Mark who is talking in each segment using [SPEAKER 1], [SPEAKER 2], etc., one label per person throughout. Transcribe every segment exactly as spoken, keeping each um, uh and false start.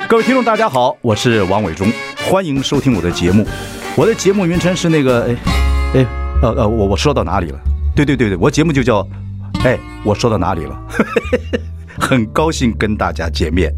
[SPEAKER 1] 各位听众大家好，我是王伟忠，欢迎收听我的节目。我的节目名称是那个哎哎呃呃我我说到哪里了？对对对对，我节目就叫哎我说到哪里了？很高兴跟大家见面。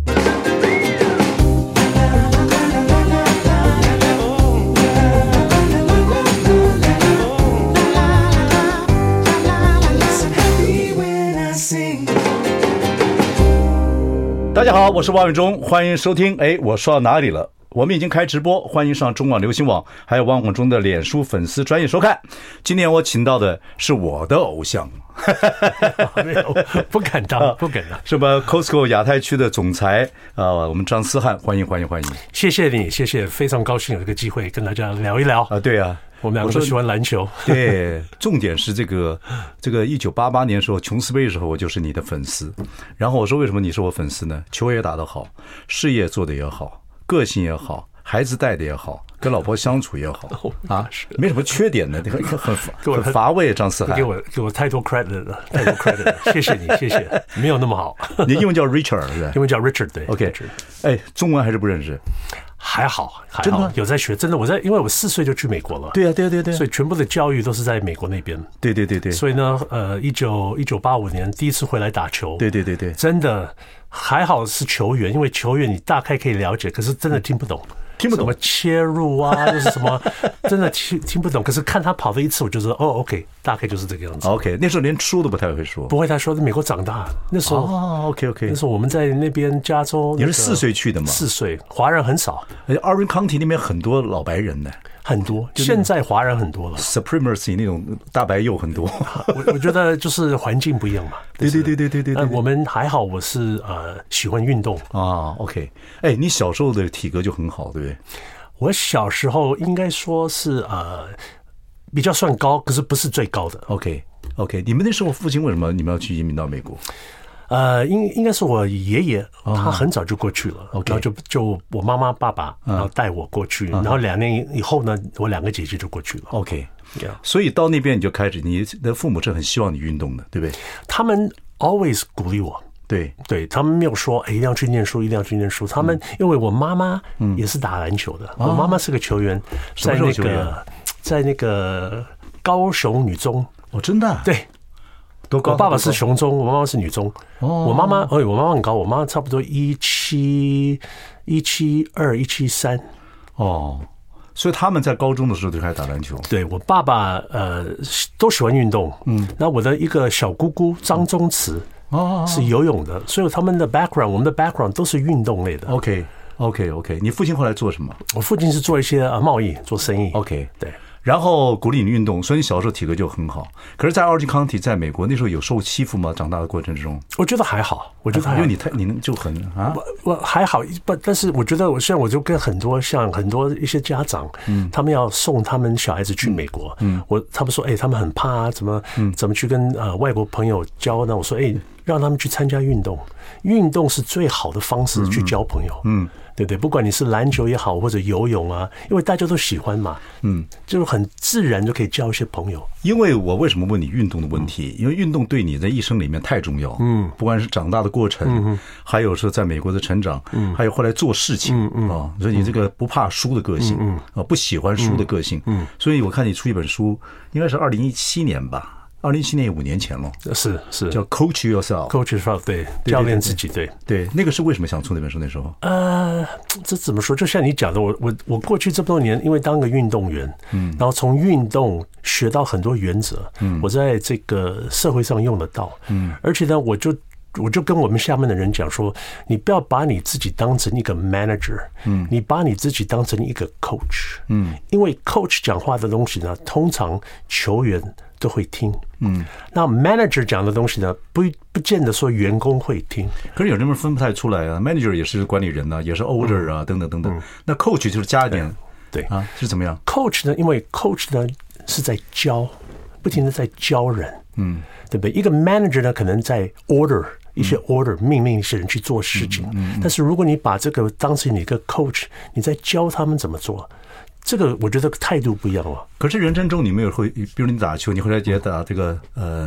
[SPEAKER 1] 大家好，我是王伟忠，欢迎收听。哎，我说到哪里了？我们已经开直播，欢迎上中广流行网，还有王伟忠的脸书粉丝专页收看。今天我请到的是我的偶像，
[SPEAKER 2] 没有，不敢当，不敢当。
[SPEAKER 1] 是吧 ？Costco 亚太区的总裁啊、呃，我们张思翰，欢迎欢迎欢迎。
[SPEAKER 2] 谢谢你，谢谢，非常高兴有这个机会跟大家聊一聊
[SPEAKER 1] 啊。对啊。
[SPEAKER 2] 我们两个都喜欢篮球，
[SPEAKER 1] 对，重点是这个这个一九八八年的时候，琼斯杯的时候，我就是你的粉丝。然后我说为什么你是我粉丝呢？球也打得好，事业做得也好，个性也好，孩子带的也好，跟老婆相处也好啊，没什么缺点的，很很很乏味。张思翰，
[SPEAKER 2] 给我给我太多 credit 了，太多 credit 了，谢谢你，谢谢。没有那么好，
[SPEAKER 1] 你英文叫 Richard 对不对？
[SPEAKER 2] 英文叫 Richard 对。
[SPEAKER 1] OK， 哎，中文还是不认识。
[SPEAKER 2] 还好，还好，有在学。真的，我在，因为我四岁就去美国了。
[SPEAKER 1] 对啊，对啊，对啊，对啊。
[SPEAKER 2] 所以全部的教育都是在美国那边。
[SPEAKER 1] 对对对对。
[SPEAKER 2] 所以呢，呃，一九一九八五年第一次回来打球。
[SPEAKER 1] 对对对对。
[SPEAKER 2] 真的还好是球员，因为球员你大概可以了解，可是真的听不懂。听不懂什么切入啊，就是什么，真的听听不懂。可是看他跑了一次，我就知道，哦 ，OK， 大概就是这个样子。
[SPEAKER 1] OK， 那时候连书都不太会说，
[SPEAKER 2] 不会太说。在美国长大，那时候
[SPEAKER 1] 哦 ，OK OK，
[SPEAKER 2] 那时候我们在那边加州、
[SPEAKER 1] 那個，你是四岁去的吗？
[SPEAKER 2] 四岁，华人很少。
[SPEAKER 1] 而且 Orange County 那边很多老白人呢。
[SPEAKER 2] 很多，现在华人很多了
[SPEAKER 1] ，Supremacy 那种大白幼很多。
[SPEAKER 2] 我我觉得就是环境不一样嘛。
[SPEAKER 1] 对对对对对对对。
[SPEAKER 2] 我们还好，我是呃喜欢运动
[SPEAKER 1] 啊。OK， 哎，你小时候的体格就很好，对不对？
[SPEAKER 2] 我小时候应该说是呃比较算高，可是不是最高的。
[SPEAKER 1] OK OK， 你们那时候父亲为什么你们要去移民到美国？
[SPEAKER 2] 呃，应应该是我爷爷，他很早就过去了，哦、然后就就我妈妈、爸爸，然后带我过去，嗯、然后两年以后呢，我两个姐姐就过去了。
[SPEAKER 1] OK， 所以到那边你就开始，你的父母是很希望你运动的，对不对？
[SPEAKER 2] 他们 always 鼓励我。
[SPEAKER 1] 对
[SPEAKER 2] 对，他们没有说哎一定要去念书，一定要去念书。他们、嗯、因为我妈妈也是打篮球的，嗯、我妈妈是个球员，在那个在那个高雄女中。
[SPEAKER 1] 哦，真的、啊？
[SPEAKER 2] 对。
[SPEAKER 1] 我
[SPEAKER 2] 爸爸是雄中，我妈妈是女中。哦，我妈妈，哎，我妈妈很高，我妈妈差不多一七一七二一七三。
[SPEAKER 1] 哦，所以他们在高中的时候就开始打篮球。
[SPEAKER 2] 对，我爸爸呃都喜欢运动，嗯，那我的一个小姑姑张宗慈哦是游泳的，所以他们的 background， 我们的 background 都是运动类的。
[SPEAKER 1] OK OK OK， 你父亲后来做什么？
[SPEAKER 2] 我父亲是做一些贸易，做生意。
[SPEAKER 1] OK，
[SPEAKER 2] 对。
[SPEAKER 1] 然后鼓励你运动，所以你小时候体格就很好。可是，在 Orange County 在美国那时候有受欺负吗？长大的过程之中，
[SPEAKER 2] 我觉得还好，我觉得还好，
[SPEAKER 1] 因为你太你能就很啊，
[SPEAKER 2] 我我还好不，但是我觉得我现在我就跟很多像很多一些家长，嗯，他们要送他们小孩子去美国，嗯，我他们说，哎、欸，他们很怕啊，怎么、嗯、怎么去跟呃外国朋友交呢？我说，哎、欸，让他们去参加运动，运动是最好的方式去交朋友，嗯。嗯对对，不管你是篮球也好，或者游泳啊，因为大家都喜欢嘛，嗯，就是很自然就可以交一些朋友。
[SPEAKER 1] 因为我为什么问你运动的问题？因为运动对你的一生里面太重要，嗯，不管是长大的过程，嗯，还有是在美国的成长，嗯，还有后来做事情，嗯嗯啊，所以你这个不怕输的个性，嗯啊，不喜欢输的个性，嗯，所以我看你出一本书，应该是二零一七年吧。二零一七年五年前了，
[SPEAKER 2] 是是
[SPEAKER 1] 叫 Coach Yourself，Coach
[SPEAKER 2] Yourself， 对，教练自己，对
[SPEAKER 1] 对，那个是为什么想出那本书？那时候，
[SPEAKER 2] 呃，这怎么说？就像你讲的，我我我过去这么多年，因为当个运动员，嗯，然后从运动学到很多原则，嗯，我在这个社会上用得到，嗯，而且呢，我就。我就跟我们下面的人讲说，你不要把你自己当成一个 manager， 嗯，你把你自己当成一个 coach， 嗯，因为 coach 讲话的东西呢，通常球员都会听，嗯，那 manager 讲的东西呢，不不见得说员工会听。
[SPEAKER 1] 可是有人们分不太出来啊 ，manager 也是管理人啊，也是 owner 啊，等等等等。那 coach 就是加一点，
[SPEAKER 2] 对
[SPEAKER 1] 啊，是怎么样
[SPEAKER 2] ？coach 呢，因为 coach 呢是在教，不停的在教人，嗯，对不对？一个 manager 呢，可能在 order。一些 order 命令一些人去做事情，但是如果你把这个当成你一个 coach， 你在教他们怎么做，这个我觉得态度不一样了。
[SPEAKER 1] 可是人生中你没有会，比如你打球，你回来也打这个呃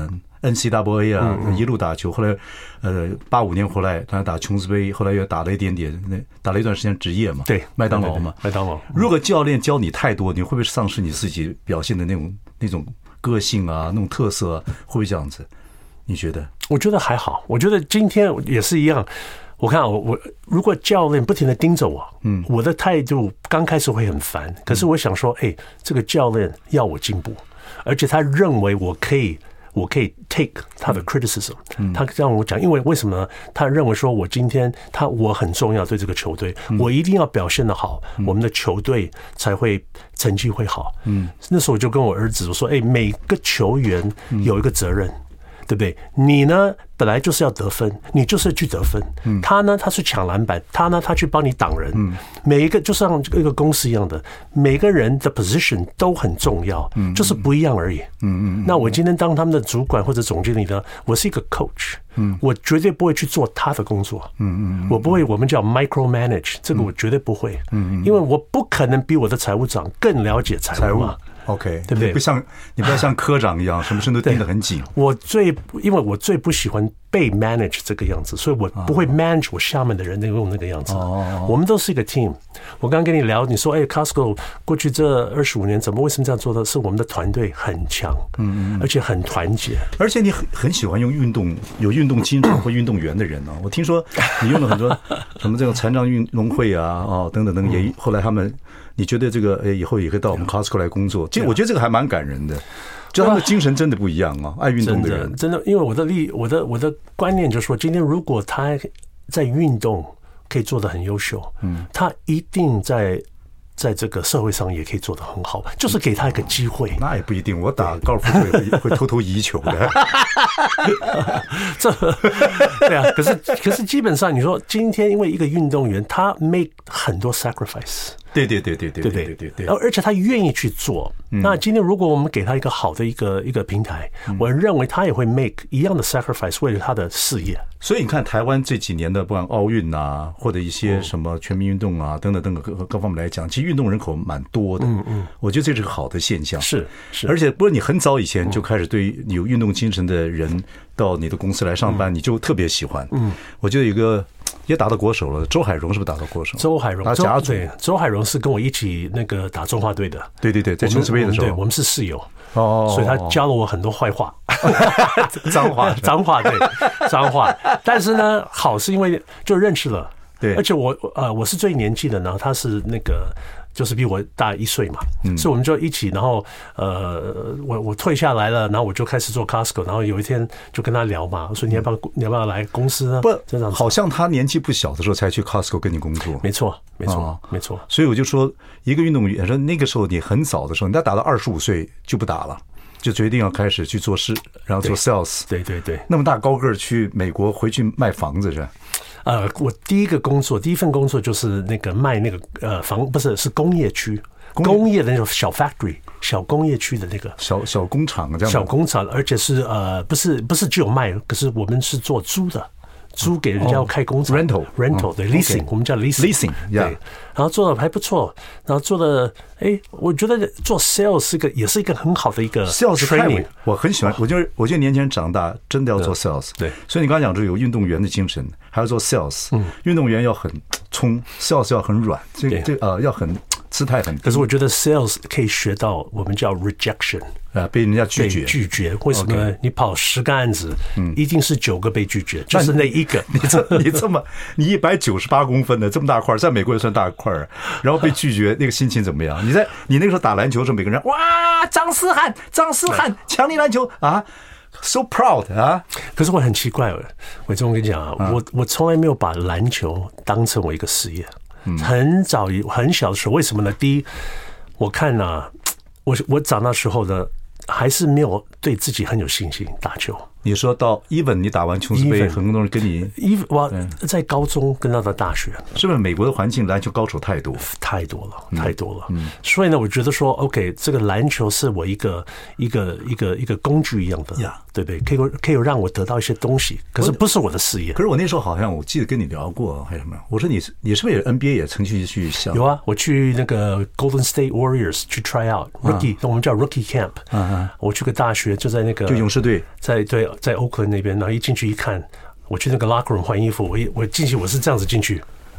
[SPEAKER 1] N C double A 啊，一路打球，后来呃八五年回来，他打琼斯杯，后来又打了一点点，那打了一段时间职业嘛，
[SPEAKER 2] 对，
[SPEAKER 1] 麦当劳嘛，
[SPEAKER 2] 麦当劳。
[SPEAKER 1] 如果教练教你太多，你会不会丧失你自己表现的那种那种个性啊，那种特色啊，会不会这样子？你觉得？
[SPEAKER 2] 我觉得还好，我觉得今天也是一样。我看我我如果教练不停地盯着我，嗯，我的态度刚开始会很烦，可是我想说，哎、欸，这个教练要我进步，而且他认为我可以。我可以 take 他的 criticism，、嗯、他让我讲，因为为什么呢？他认为说我今天他我很重要，对这个球队，嗯、我一定要表现得好，嗯、我们的球队才会成绩会好。嗯，那时候我就跟我儿子我说，哎、欸，每个球员有一个责任。嗯对不对？你呢，本来就是要得分，你就是去得分。嗯、他呢，他是抢篮板，他呢，他去帮你挡人。嗯、每一个就像一个公司一样的，每个人的 position 都很重要，嗯、就是不一样而已。嗯、那我今天当他们的主管或者总经理呢，我是一个 coach，、嗯、我绝对不会去做他的工作。嗯、我不会，我们叫 micro manage， 这个我绝对不会。嗯、因为我不可能比我的财务长更了解财务嘛。
[SPEAKER 1] OK， 对不对？不像你不要像科长一样，什么事都盯得很紧。
[SPEAKER 2] 我最因为我最不喜欢被 manage 这个样子，所以我不会 manage 我下面的人那种那个样子。哦，我们都是一个 team。我刚刚跟你聊，你说哎 ，Costco 过去这二十五年怎么为什么这样做的？是我们的团队很强，嗯，而且很团结。
[SPEAKER 1] 而且你很很喜欢用运动有运动精神或运动员的人呢、啊。我听说你用了很多什么这种残障运动会啊，哦等等等等，也后来他们。你觉得这个以后也可以到我们 Costco 来工作？其实我觉得这个还蛮感人的，就他们的精神真的不一样啊，爱运动的人
[SPEAKER 2] 真的，因为我的立我的我的观念就是说，今天如果他在运动可以做得很优秀，嗯，他一定在在这个社会上也可以做得很好，就是给他一个机会。
[SPEAKER 1] 那也不一定，我打高尔夫会会会偷偷移球的。
[SPEAKER 2] 这对啊，可是可是基本上你说今天因为一个运动员他 make 很多 sacrifice。
[SPEAKER 1] 对对对对对对对对对，
[SPEAKER 2] 而且他愿意去做。那今天如果我们给他一个好的一个一个平台，我认为他也会 make 一样的 sacrifice 为了他的事业。
[SPEAKER 1] 所以你看台湾这几年的不管奥运啊，或者一些什么全民运动啊等等等等各各方面来讲，其实运动人口蛮多的。嗯嗯，我觉得这是个好的现象。
[SPEAKER 2] 是是，
[SPEAKER 1] 而且不是你很早以前就开始对于有运动精神的人到你的公司来上班，你就特别喜欢。嗯，我觉得有一个。也打到国手了，周海荣是不是打到国手？
[SPEAKER 2] 周海荣
[SPEAKER 1] 打甲组，
[SPEAKER 2] 对，周海荣是跟我一起那个打中华队的。
[SPEAKER 1] 对对对，在琼斯杯的时候，
[SPEAKER 2] 对，我们是室友哦，所以他教了我很多坏话，
[SPEAKER 1] 脏话，
[SPEAKER 2] 脏话，对，脏话。但是呢，好是因为就认识了，
[SPEAKER 1] 对，
[SPEAKER 2] 而且我呃我是最年纪的呢，他是那个。就是比我大一岁嘛，嗯、所以我们就一起，然后呃，我我退下来了，然后我就开始做 Costco， 然后有一天就跟他聊嘛，我说你要不要你要不要来公司呢？
[SPEAKER 1] 不，这样好像他年纪不小的时候才去 Costco 跟你工作，
[SPEAKER 2] 没错，没错，哦、没错。
[SPEAKER 1] 所以我就说，一个运动员说那个时候你很早的时候，你要打到二十五岁就不打了。就决定要开始去做事，然后做 sales。
[SPEAKER 2] 对对对，
[SPEAKER 1] 那么大高个儿去美国回去卖房子是？
[SPEAKER 2] 呃，我第一个工作，第一份工作就是那个卖那个呃房，不是是工业区，工业的那种小 factory， 小工业区的那个
[SPEAKER 1] 小小工厂这样。
[SPEAKER 2] 小工厂，而且是呃不是不是只有卖，可是我们是做租的。租给人家要开工厂
[SPEAKER 1] ，rental
[SPEAKER 2] rental 对 leasing， 我们叫 leasing
[SPEAKER 1] leasing
[SPEAKER 2] 对，然后做的还不错，然后做的哎，我觉得做 sales 是个也是一个很好的一个
[SPEAKER 1] sales training， 我很喜欢，我觉得我觉得年轻人长大真的要做 sales，
[SPEAKER 2] 对，
[SPEAKER 1] 所以你刚刚讲这有运动员的精神，还要做 sales， 运动员要很冲 ，sales 要很软，这这呃要很姿态很低。
[SPEAKER 2] 可是我觉得 sales 可以学到我们叫 rejection。
[SPEAKER 1] 啊，被人家拒绝，
[SPEAKER 2] 拒绝，为什么呢？ Okay. 你跑十个案子，嗯，一定是九个被拒绝，就是那一个。
[SPEAKER 1] 你这你这么，你一百九十八公分的这么大块，在美国也算大块儿，然后被拒绝，那个心情怎么样？你在你那个时候打篮球的时候，每个人哇，张思翰，张思翰，强力篮球啊 ，so proud 啊！
[SPEAKER 2] 可是我很奇怪，伟忠，我跟你讲啊，嗯、我我从来没有把篮球当成我一个事业。嗯、很早很小的时候，为什么呢？第一，我看啊，我我长大时候的。还是没有对自己很有信心打球。
[SPEAKER 1] 你说到 even 你打完琼斯杯，很多人跟你
[SPEAKER 2] even 我在高中跟到到大学，
[SPEAKER 1] 是不是美国的环境篮球高手太多
[SPEAKER 2] 太多了太多了？嗯，所以呢，我觉得说 OK， 这个篮球是我一个一个一个一个工具一样的，对不对？可以可以让我得到一些东西，可是不是我的事业。
[SPEAKER 1] 可是我那时候好像我记得跟你聊过，还有什么？我说你你是不是也 N B A 也曾去去想？
[SPEAKER 2] 有啊，我去那个 Golden State Warriors 去 try out rookie，、啊、我们叫 rookie camp。嗯嗯，我去个大学就在那个
[SPEAKER 1] 就勇士队，
[SPEAKER 2] 在对在欧克那边，然后一进去一看，我去那个 locker room 换衣服，我一我进去我是这样子进去，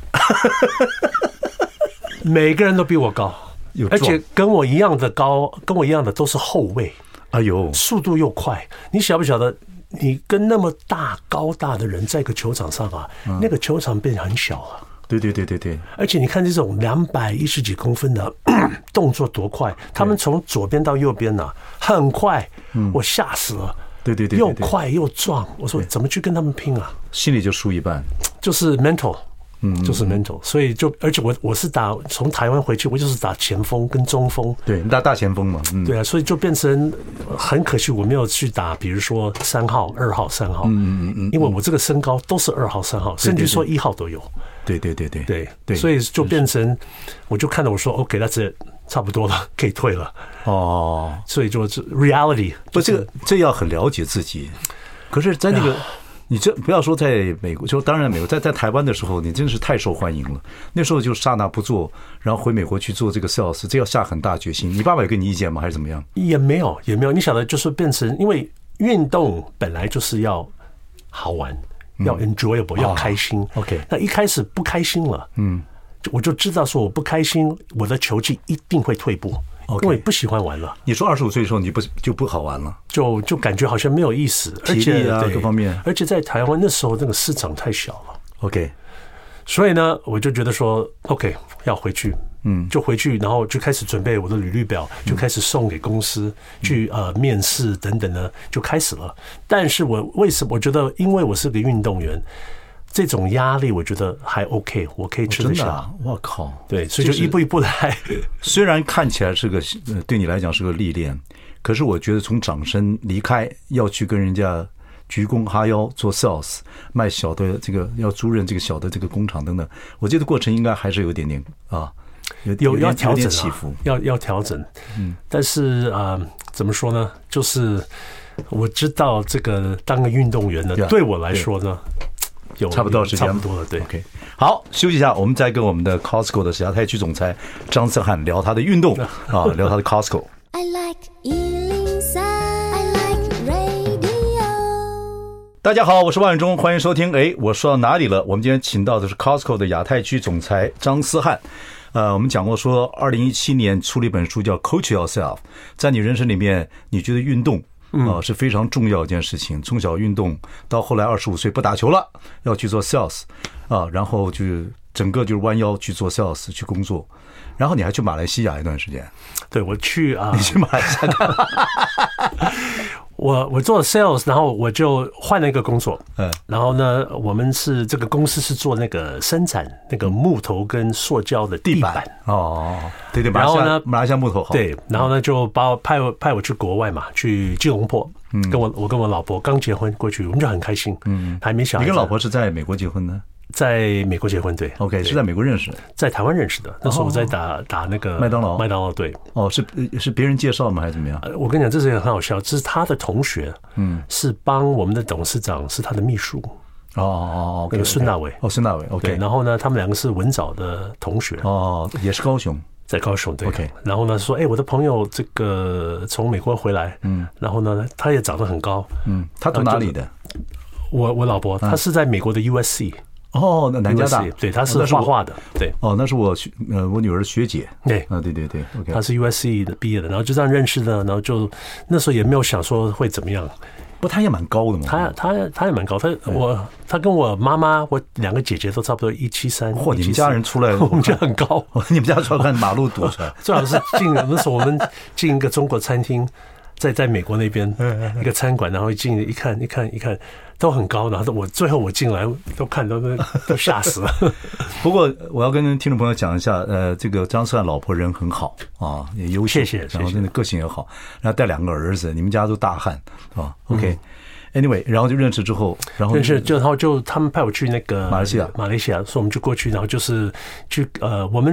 [SPEAKER 2] 每个人都比我高，而且跟我一样的高，跟我一样的都是后卫。
[SPEAKER 1] 哎呦，
[SPEAKER 2] 速度又快，你晓不晓得？你跟那么大高大的人在一个球场上啊，嗯、那个球场变得很小啊。
[SPEAKER 1] 对对对对对。
[SPEAKER 2] 而且你看这种两百一十几公分的动作多快，他们从左边到右边呐、啊，很快，嗯、我吓死了。
[SPEAKER 1] 对对 对, 对, 对，
[SPEAKER 2] 又快又壮，我说怎么去跟他们拼啊？
[SPEAKER 1] 心里就输一半，
[SPEAKER 2] 就是 mental。嗯，就是 mental， 所以就而且我我是打从台湾回去，我就是打前锋跟中锋，
[SPEAKER 1] 对，打大前锋嘛，嗯，
[SPEAKER 2] 对啊，所以就变成很可惜，我没有去打，比如说三号、二号、三号，嗯嗯嗯，因为我这个身高都是二号、三号，甚至说一号都有，
[SPEAKER 1] 对对对对
[SPEAKER 2] 对对，所以就变成，我就看到我说 OK， 那这差不多了，可以退了，哦，所以就 reality，
[SPEAKER 1] 不，这个这要很了解自己，可是，在那个。你这不要说在美国，就当然美国在在台湾的时候，你真是太受欢迎了。那时候就刹那不做，然后回美国去做这个 sales， 这要下很大决心。你爸爸有给你意见吗？还是怎么样？
[SPEAKER 2] 也没有，也没有。你晓得，就是变成因为运动本来就是要好玩，嗯、要 enjoyable，、哦、要开心。OK， 那一开始不开心了，嗯，我就知道说我不开心，我的球技一定会退步。Okay, 因为不喜欢玩了。
[SPEAKER 1] 你说二十五岁的时候你不就不好玩了，
[SPEAKER 2] 就就感觉好像没有意思，
[SPEAKER 1] 体力啊各方面，
[SPEAKER 2] 而且在台湾那时候那个市场太小了。
[SPEAKER 1] OK，
[SPEAKER 2] 所以呢，我就觉得说 OK 要回去，嗯，就回去，然后就开始准备我的履历表，就开始送给公司、嗯、去呃面试等等呢，就开始了。但是我为什么我觉得，因为我是个运动员。这种压力我觉得还 OK， 我可以吃得下。
[SPEAKER 1] 啊、我靠！
[SPEAKER 2] 对，所以就一步一步来。
[SPEAKER 1] 虽然看起来是个对你来讲是个历练，可是我觉得从掌声离开，要去跟人家鞠躬哈腰做 sales， 卖小的这个要租任这个小的这个工厂等等，我觉得过程应该还是有点点啊，
[SPEAKER 2] 有有要调整
[SPEAKER 1] 起伏，
[SPEAKER 2] 要要调整。嗯，但是啊、呃，怎么说呢？就是我知道这个当个运动员呢， yeah, 对我来说呢。
[SPEAKER 1] 差不多时间，
[SPEAKER 2] 差不多了，对。
[SPEAKER 1] OK， 好，休息一下，我们再跟我们的 Costco 的亚太区总裁张思翰聊他的运动啊，聊他的 Costco。I like 一零三 I like radio。大家好，我是万永忠，欢迎收听。哎，我说到哪里了？我们今天请到的是 Costco 的亚太区总裁张思翰。呃，我们讲过说，二零一七年出了一本书叫《Coach Yourself》，在你人生里面，你觉得运动？啊，是非常重要一件事情。从小运动到后来二十五岁不打球了，要去做 sales 啊，然后就整个就是弯腰去做 sales 去工作，然后你还去马来西亚一段时间。
[SPEAKER 2] 对，我去啊，
[SPEAKER 1] 你去马来西亚
[SPEAKER 2] 我我做 sales， 然后我就换了一个工作，嗯，然后呢，我们是这个公司是做那个生产那个木头跟塑胶的地板
[SPEAKER 1] 哦，对对，
[SPEAKER 2] 然后呢，
[SPEAKER 1] 马来西亚木头好，
[SPEAKER 2] 对，然后呢就把我派我派我去国外嘛，去吉隆坡，嗯，跟我我跟我老婆刚结婚过去，我们就很开心，嗯，还没小孩。
[SPEAKER 1] 你跟老婆是在美国结婚呢？
[SPEAKER 2] 在美国结婚，对
[SPEAKER 1] ，OK， 是在美国认识的，
[SPEAKER 2] 在台湾认识的。那时候我在打打那个
[SPEAKER 1] 麦当劳，
[SPEAKER 2] 麦当劳对。
[SPEAKER 1] 哦，是是别人介绍吗，还是怎么样？
[SPEAKER 2] 我跟你讲，这是很好笑，这是他的同学，嗯，是帮我们的董事长，是他的秘书。
[SPEAKER 1] 哦哦，
[SPEAKER 2] 那个孙大伟，
[SPEAKER 1] 哦，孙大伟 ，OK。
[SPEAKER 2] 然后呢，他们两个是文藻的同学，
[SPEAKER 1] 哦，也是高雄，
[SPEAKER 2] 在高雄，对
[SPEAKER 1] ，OK。
[SPEAKER 2] 然后呢，说，哎，我的朋友这个从美国回来，嗯，然后呢，他也长得很高，
[SPEAKER 1] 嗯，他读哪里的？
[SPEAKER 2] 我我老婆，她是在美国的 U S C。
[SPEAKER 1] 哦，那南加大，
[SPEAKER 2] 对，他是画画的，对。
[SPEAKER 1] 哦，那是我呃我女儿的学姐，
[SPEAKER 2] 对，
[SPEAKER 1] 啊，对对对 ，OK，
[SPEAKER 2] 她是 U S C 的毕业的，然后就这样认识的，然后就那时候也没有想说会怎么样。
[SPEAKER 1] 不，她也蛮高的嘛，
[SPEAKER 2] 她她她也蛮高，她我她跟我妈妈，我两个姐姐都差不多一七三。
[SPEAKER 1] 嚯，你们家人出来，
[SPEAKER 2] 我们家很高，
[SPEAKER 1] 你们家出来看马路堵出来，
[SPEAKER 2] 最好是进那时候我们进一个中国餐厅，在在美国那边一个餐馆，然后一进一看一看一看。都很高，然后我最后我进来都看到都吓死了。
[SPEAKER 1] 不过我要跟听众朋友讲一下，呃，这个张思翰老婆人很好啊，也优秀，
[SPEAKER 2] 谢谢，
[SPEAKER 1] 然后真的个性也好，然后带两个儿子，你们家都大汉是吧 ？OK，Anyway， 然后就认识之后，然后
[SPEAKER 2] 认识就然后就他们派我去那个
[SPEAKER 1] 马来西亚，
[SPEAKER 2] 马来西亚，说我们就过去，然后就是去呃，我们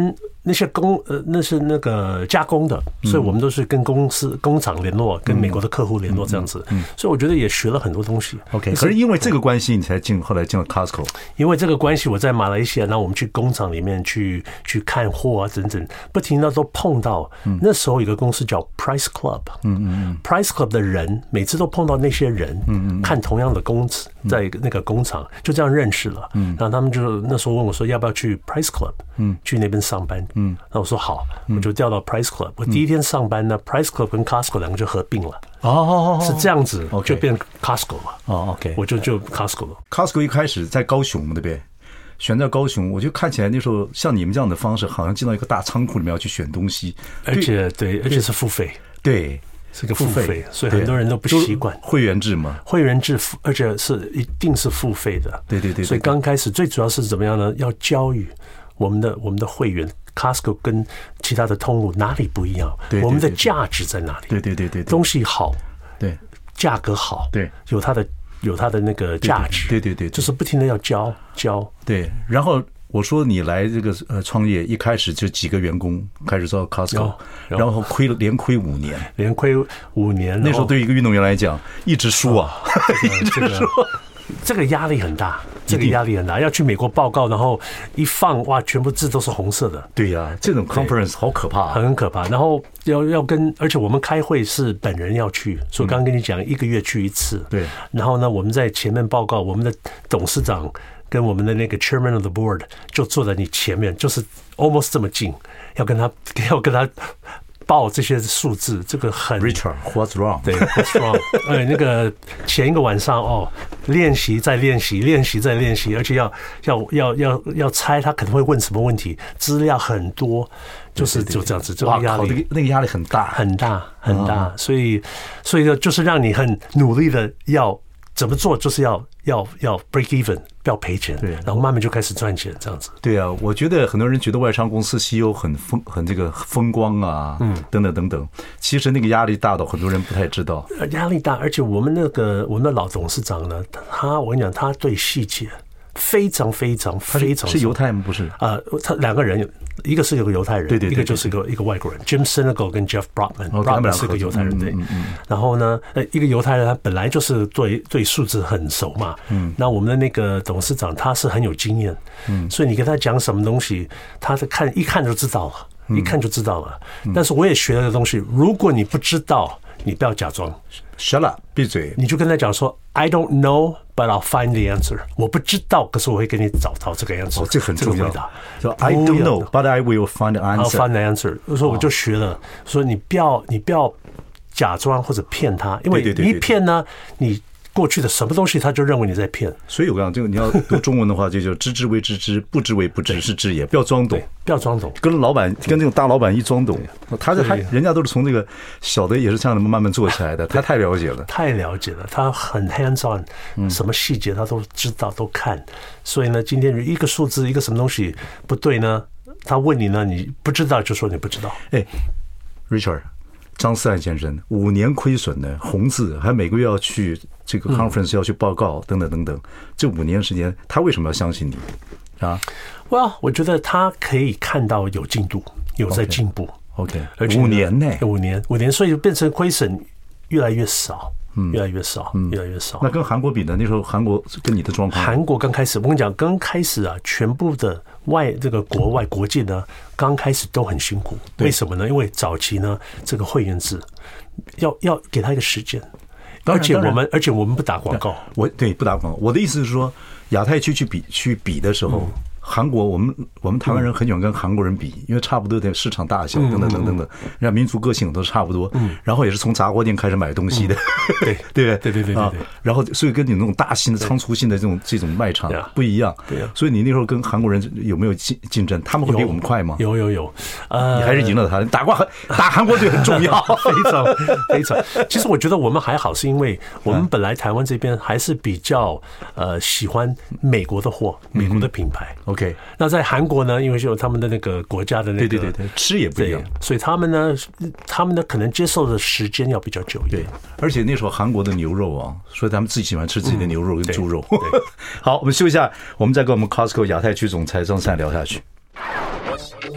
[SPEAKER 2] 那些工呃，那是那个加工的，所以我们都是跟公司工厂联络，跟美国的客户联络这样子。嗯，所以我觉得也学了很多东西。
[SPEAKER 1] OK， 可是因为这个关系，你才进后来进了 Costco。
[SPEAKER 2] 因为这个关系，我在马来西亚，那我们去工厂里面去去看货啊，等等，不停的都碰到。那时候有个公司叫 Price Club， 嗯嗯嗯 ，Price Club 的人每次都碰到那些人，嗯嗯，看同样的工资，在那个工厂就这样认识了。嗯，然后他们就那时候问我说，要不要去 Price Club， 嗯，去那边上班。嗯，那我说好，我就调到 Price Club。我第一天上班呢 ，Price Club 跟 Costco 两个就合并了。
[SPEAKER 1] 哦，
[SPEAKER 2] 是这样子，就变 Costco 了。
[SPEAKER 1] 哦 ，OK，
[SPEAKER 2] 我就就 Costco 了。
[SPEAKER 1] Costco 一开始在高雄嘛，对不对？选在高雄，我就看起来那时候像你们这样的方式，好像进到一个大仓库里面要去选东西，
[SPEAKER 2] 而且对，而且是付费，
[SPEAKER 1] 对，
[SPEAKER 2] 是个付费，所以很多人都不习惯
[SPEAKER 1] 会员制嘛，
[SPEAKER 2] 会员制，而且是一定是付费的。
[SPEAKER 1] 对对 对，
[SPEAKER 2] 所以刚开始最主要是怎么样呢？要教育我们的我们的会员。Costco 跟其他的通路哪里不一样？
[SPEAKER 1] 对对对对，
[SPEAKER 2] 我们的价值在哪里？
[SPEAKER 1] 对对对 对， 对，
[SPEAKER 2] 东西好，
[SPEAKER 1] 对，
[SPEAKER 2] 价格好，
[SPEAKER 1] 对，
[SPEAKER 2] 有它的有它的那个价值，
[SPEAKER 1] 对对 对， 对， 对， 对，
[SPEAKER 2] 就是不停的要教教。
[SPEAKER 1] 对，然后我说你来这个呃创业，一开始就几个员工开始做 Costco， 然后亏了连亏五年，
[SPEAKER 2] 连亏五年。
[SPEAKER 1] 那时候对于一个运动员来讲，一直输啊，一直输。
[SPEAKER 2] 这个压力很大，这个压力很大，要去美国报告，然后一放哇，全部字都是红色的。
[SPEAKER 1] 对呀、啊，这种 conference 好可怕、啊，
[SPEAKER 2] 很可怕。然后要要跟，而且我们开会是本人要去，所以刚刚跟你讲，一个月去一次。
[SPEAKER 1] 对。
[SPEAKER 2] 然后呢，我们在前面报告，我们的董事长跟我们的那个 chairman of the board 就坐在你前面，就是 almost 这么近，要跟他要跟他。报这些数字，这个很
[SPEAKER 1] Richard what's wrong？
[SPEAKER 2] 对 ，what's wrong？ 哎，那个前一个晚上哦，练习再练习，练习再练习，而且要要要要要猜他可能会问什么问题，资料很多，就是就这样子，这个压力，
[SPEAKER 1] 那个压力很大，
[SPEAKER 2] 很大，很大，所以所以就是让你很努力的要怎么做，就是要要要 break even。不要赔钱，对，然后慢慢就开始赚钱，这样子。
[SPEAKER 1] 对啊，我觉得很多人觉得外商公司 C E O 很风很这个风光啊，嗯，等等等等。其实那个压力大到很多人不太知道。
[SPEAKER 2] 压力大，而且我们那个我们的老董事长呢，他我跟你讲，他对细节非常非常非常。
[SPEAKER 1] 是犹太吗？不是
[SPEAKER 2] 啊、呃，他两个人，一个是有个犹太人，
[SPEAKER 1] 对对，
[SPEAKER 2] 一个就是一个一个外国人 ，Jim Sinegal 跟 Jeff Brotman，Brotman 是个犹太人，对。然后呢，呃，一个犹太人他本来就是对对数字很熟嘛，嗯，那我们的那个董事长他是很有经验，嗯，所以你跟他讲什么东西，他是看一看就知道了，一看就知道了。但是我也学了个东西，如果你不知道，你不要假装
[SPEAKER 1] ，shut up， 闭嘴，
[SPEAKER 2] 你就跟他讲说 ，I don't know。But I'll find the answer。我不知道，可是我会给你找到这个 answer。
[SPEAKER 1] 哦，这很重要。
[SPEAKER 2] 说
[SPEAKER 1] I don't know, but I will find the answer.
[SPEAKER 2] I'll find the answer。我说我就学了，说你不要你不要假装或者骗他，因为你一骗呢，你过去的什么东西他就认为你在骗。
[SPEAKER 1] 所以我讲这个你要读中文的话，就叫知之为知之，不知为不知，是知也。不要装懂，
[SPEAKER 2] 不要装懂。
[SPEAKER 1] 跟老板跟这种大老板一装懂，他他人家都是从这个小的也是这样的慢慢做起来的，他太了解了，
[SPEAKER 2] 太了解了，他很 hands on， 什么细节他都知道都看。所以呢，今天一个数字一个什么东西不对呢，他问你呢，你不知道就说你不知道。
[SPEAKER 1] 哎 ，Richard。张思翰先生五年亏损的红字，还每个月要去这个 conference 要去报告等等等等，这五年时间，他为什么要相信你啊？
[SPEAKER 2] 哇，我觉得他可以看到有进度，有在进步。
[SPEAKER 1] OK， 而且五年呢，
[SPEAKER 2] 五年五年，所以变成亏损越来越少。越来越少，越来越少。
[SPEAKER 1] 那跟韩国比呢？那时候韩国跟你的状况，
[SPEAKER 2] 韩国刚开始，我跟你讲，刚开始啊，全部的外这个国外国际呢，刚开始都很辛苦。为什么呢？因为早期呢，这个会员制要要给他一个时间，而且我们而且我们不打广告，
[SPEAKER 1] 我对不打广告。我的意思是说，亚太区去比去比的时候。韩国，我们我们台湾人很喜欢跟韩国人比，因为差不多的市场大小等等等等的，人家民族个性都差不多。然后也是从杂货店开始买东西的，
[SPEAKER 2] 对
[SPEAKER 1] 对
[SPEAKER 2] 对对对对。
[SPEAKER 1] 然后所以跟你那种大型的仓储性的这种这种卖场不一样。
[SPEAKER 2] 对啊。
[SPEAKER 1] 所以你那时候跟韩国人有没有竞竞争？他们会比我们快吗？
[SPEAKER 2] 有有有。呃，
[SPEAKER 1] 你还是赢了他。打过打韩国队很重要，
[SPEAKER 2] 非常非常。其实我觉得我们还好，是因为我们本来台湾这边还是比较呃喜欢美国的货，美国的品牌。
[SPEAKER 1] OK，
[SPEAKER 2] 那在韩国呢，因为有他们的那个国家的那个，
[SPEAKER 1] 对对对对，吃也不一样，
[SPEAKER 2] 所以他们呢，他们呢可能接受的时间要比较久一点。
[SPEAKER 1] 对，而且那时候韩国的牛肉啊，所以他们自己喜欢吃自己的牛肉跟猪肉。
[SPEAKER 2] 嗯、对，
[SPEAKER 1] 好，我们休息一下，我们再跟我们 Costco 亚太区总裁张思翰聊下去。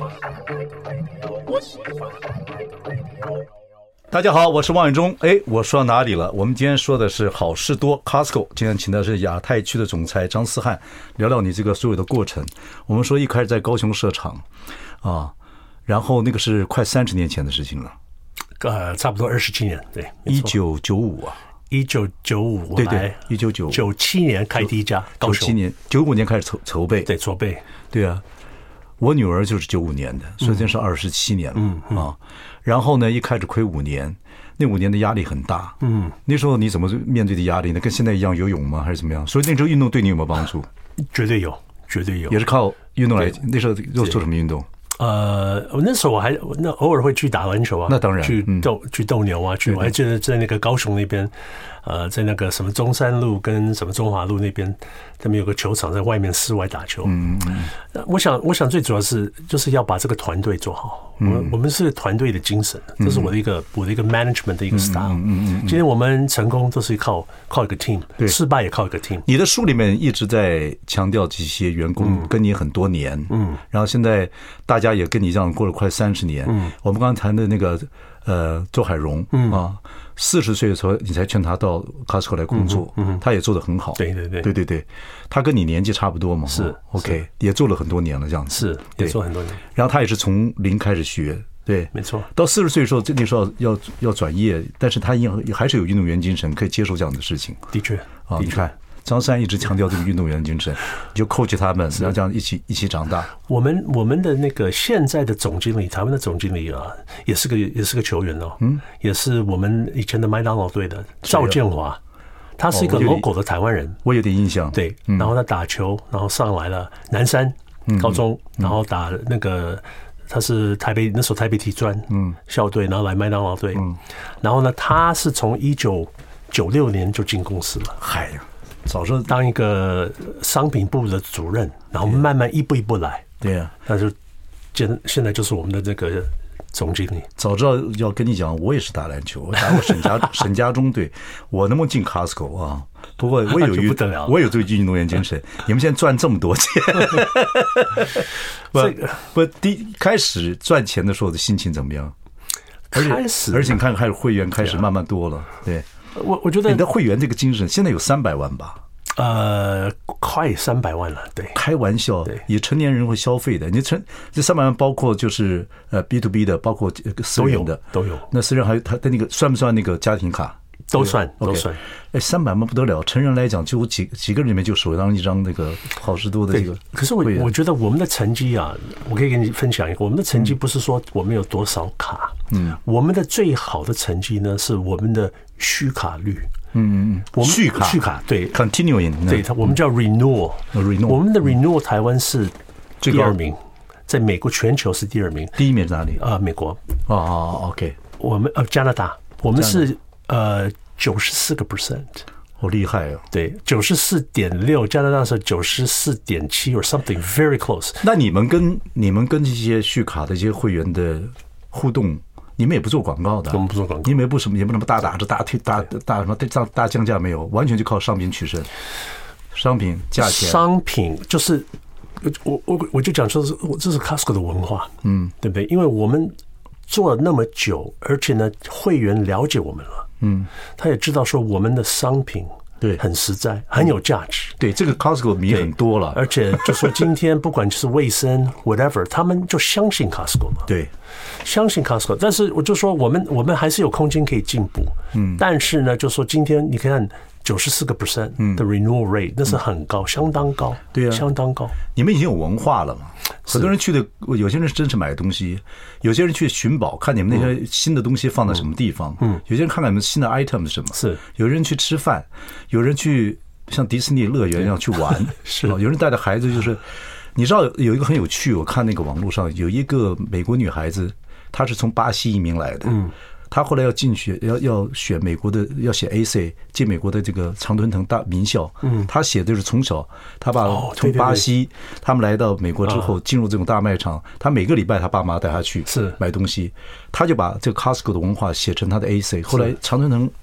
[SPEAKER 1] 大家好，我是王永忠。哎，我说到哪里了？我们今天说的是好事多 Costco， 今天请的是亚太区的总裁张思翰，聊聊你这个所有的过程。我们说一开始在高雄设厂啊，然后那个是快三十年前的事情了，
[SPEAKER 2] 呃，差不多二十七年，对，
[SPEAKER 1] 一九九五啊，
[SPEAKER 2] 一九九五，
[SPEAKER 1] 对对，一九九五，
[SPEAKER 2] 九七年开第一家，高雄，
[SPEAKER 1] 九七年，九五年开始筹筹备，
[SPEAKER 2] 对，筹备，
[SPEAKER 1] 对啊。我女儿就是九五年的，所以这是二十七年了、嗯嗯、啊。然后呢，一开始亏五年，那五年的压力很大。嗯，那时候你怎么面对的压力呢？跟现在一样游泳吗？还是怎么样？所以那时候运动对你有没有帮助？
[SPEAKER 2] 绝对有，绝对有，
[SPEAKER 1] 也是靠运动来。那时候又做什么运动？
[SPEAKER 2] 呃，我那时候我还那偶尔会去打篮球啊，
[SPEAKER 1] 那当然
[SPEAKER 2] 去斗、嗯、去斗牛啊，去。我还记得在那个高雄那边，呃，在那个什么中山路跟什么中华路那边，他们有个球场，在外面室外打球。嗯嗯。我想，我想最主要是就是要把这个团队做好。嗯、我我们是团队的精神，这是我的一个、嗯、我的一个 management 的一个 style。嗯 嗯, 嗯, 嗯。今天我们成功都是靠靠一个 team， 失败也靠一个 team。
[SPEAKER 1] 你的书里面一直在强调这些员工跟你很多年，嗯，然后现在大家也跟你这样过了快三十年。嗯，我们刚刚谈的那个呃周海荣，嗯啊，四十岁的时候你才劝他到 Costco 来工作，嗯，嗯他也做得很好。
[SPEAKER 2] 对对对
[SPEAKER 1] 对对对，他跟你年纪差不多嘛，
[SPEAKER 2] 是
[SPEAKER 1] OK， 也做了很多年了，这样子
[SPEAKER 2] 是也做很多年。
[SPEAKER 1] 然后他也是从零开始学，对，
[SPEAKER 2] 没错。
[SPEAKER 1] 到四十岁的时候，那时候要要要转业，但是他还是有运动员精神，可以接受这样的事情。
[SPEAKER 2] 的确
[SPEAKER 1] 啊，你看。张三一直强调这个运动员精神，就 coach 他们，然后这样一起一起长大。
[SPEAKER 2] 我们我们的那个现在的总经理，台湾的总经理啊，也是个也是个球员哦，嗯，也是我们以前的麦当劳队的赵建华，他是一个 local 的台湾人，
[SPEAKER 1] 我有点印象。
[SPEAKER 2] 对，然后他打球，然后上来了南山高中，然后打那个他是台北那时候台北体专嗯校队，然后来麦当劳队，嗯，然后呢，他是从一九九六年就进公司了，
[SPEAKER 1] 嗨呀。
[SPEAKER 2] 早知道当一个商品部的主任，然后慢慢一步一步来。
[SPEAKER 1] 对啊，
[SPEAKER 2] 那就现现在就是我们的这个总经理。
[SPEAKER 1] 早知道要跟你讲，我也是打篮球，我打过沈家沈家中队，我能不能进 Costco 啊？不过我有一我有这个运动员精神。你们现在赚这么多钱，这个不第一开始赚钱的时候的心情怎么样？
[SPEAKER 2] 开始，
[SPEAKER 1] 而且你看，开始会员开始慢慢多了，对。
[SPEAKER 2] 我我觉得
[SPEAKER 1] 你的会员这个精神现在有三百万吧？
[SPEAKER 2] 呃，快三百万了。对，
[SPEAKER 1] 开玩笑，以成年人会消费的，你成这三百万包括就是呃 B to B 的，包括私人的
[SPEAKER 2] 都有。
[SPEAKER 1] 那私人还有他的那个算不算那个家庭卡？
[SPEAKER 2] 都算，都算。
[SPEAKER 1] 哎，三百万不得了，成人来讲就几几个人里面就手上一张那个好事多的这个。
[SPEAKER 2] 可是我我觉得我们的成绩啊，我可以跟你分享一个，我们的成绩不是说我们有多少卡，嗯，我们的最好的成绩呢是我们的续卡率。
[SPEAKER 1] 嗯嗯，
[SPEAKER 2] 我们
[SPEAKER 1] 续卡
[SPEAKER 2] 续卡对
[SPEAKER 1] ，continuing
[SPEAKER 2] 对，我们叫 renewal renewal， 我们的 renewal 台湾是第二名，在美国全球是第二名，
[SPEAKER 1] 第一名是哪里？
[SPEAKER 2] 啊，美国。
[SPEAKER 1] 哦哦 ，OK，
[SPEAKER 2] 我们呃加拿大，我们是呃九十四个 percent，
[SPEAKER 1] 好厉害哦。
[SPEAKER 2] 对，九十四点六，加拿大是九十四点七，or something very close。
[SPEAKER 1] 那你们跟你们跟这些续卡的这些会员的互动？你们也不做广告的，
[SPEAKER 2] 我们不做广告，
[SPEAKER 1] 你们也不什么，也不什么大打着大推大大什么大大降价没有，完全就靠商品取胜，商品价钱，
[SPEAKER 2] 商品就是我我我就讲说是，这是 Costco 的文化，嗯，对不对？因为我们做了那么久，而且呢，会员了解我们了，嗯，他也知道说我们的商品。
[SPEAKER 1] 对，
[SPEAKER 2] 很实在，很有价值。
[SPEAKER 1] 对，这个 Costco 迷很多了，
[SPEAKER 2] 而且就说今天不管就是卫生 whatever， 他们就相信 Costco 嘛。
[SPEAKER 1] 对，
[SPEAKER 2] 相信 Costco。但是我就说我们我们还是有空间可以进步。嗯，但是呢，就说今天你看九十四个 percent 的 renewal rate，、嗯、那是很高，相当高。
[SPEAKER 1] 对啊，
[SPEAKER 2] 相当高。
[SPEAKER 1] 你们已经有文化了嘛？很多人去的，有些人是真是买东西，有些人去寻宝，看你们那些新的东西放在什么地方。嗯，有些人看看你们新的 item 是什么。
[SPEAKER 2] 是，
[SPEAKER 1] 有人去吃饭，有人去像迪士尼乐园一样去玩。
[SPEAKER 2] 是，
[SPEAKER 1] 有人带着孩子，就是你知道有一个很有趣，我看那个网络上有一个美国女孩子，她是从巴西移民来的。嗯。他后来要进学，要要选美国的，要写 A C 进美国的这个常春藤大名校。嗯，他写的是从小他爸从巴西他们来到美国之后，进入这种大卖场，他每个礼拜他爸妈带他去
[SPEAKER 2] 是买
[SPEAKER 1] 东西，他就把这个 Costco 的文化写成他的 A C。后来常春藤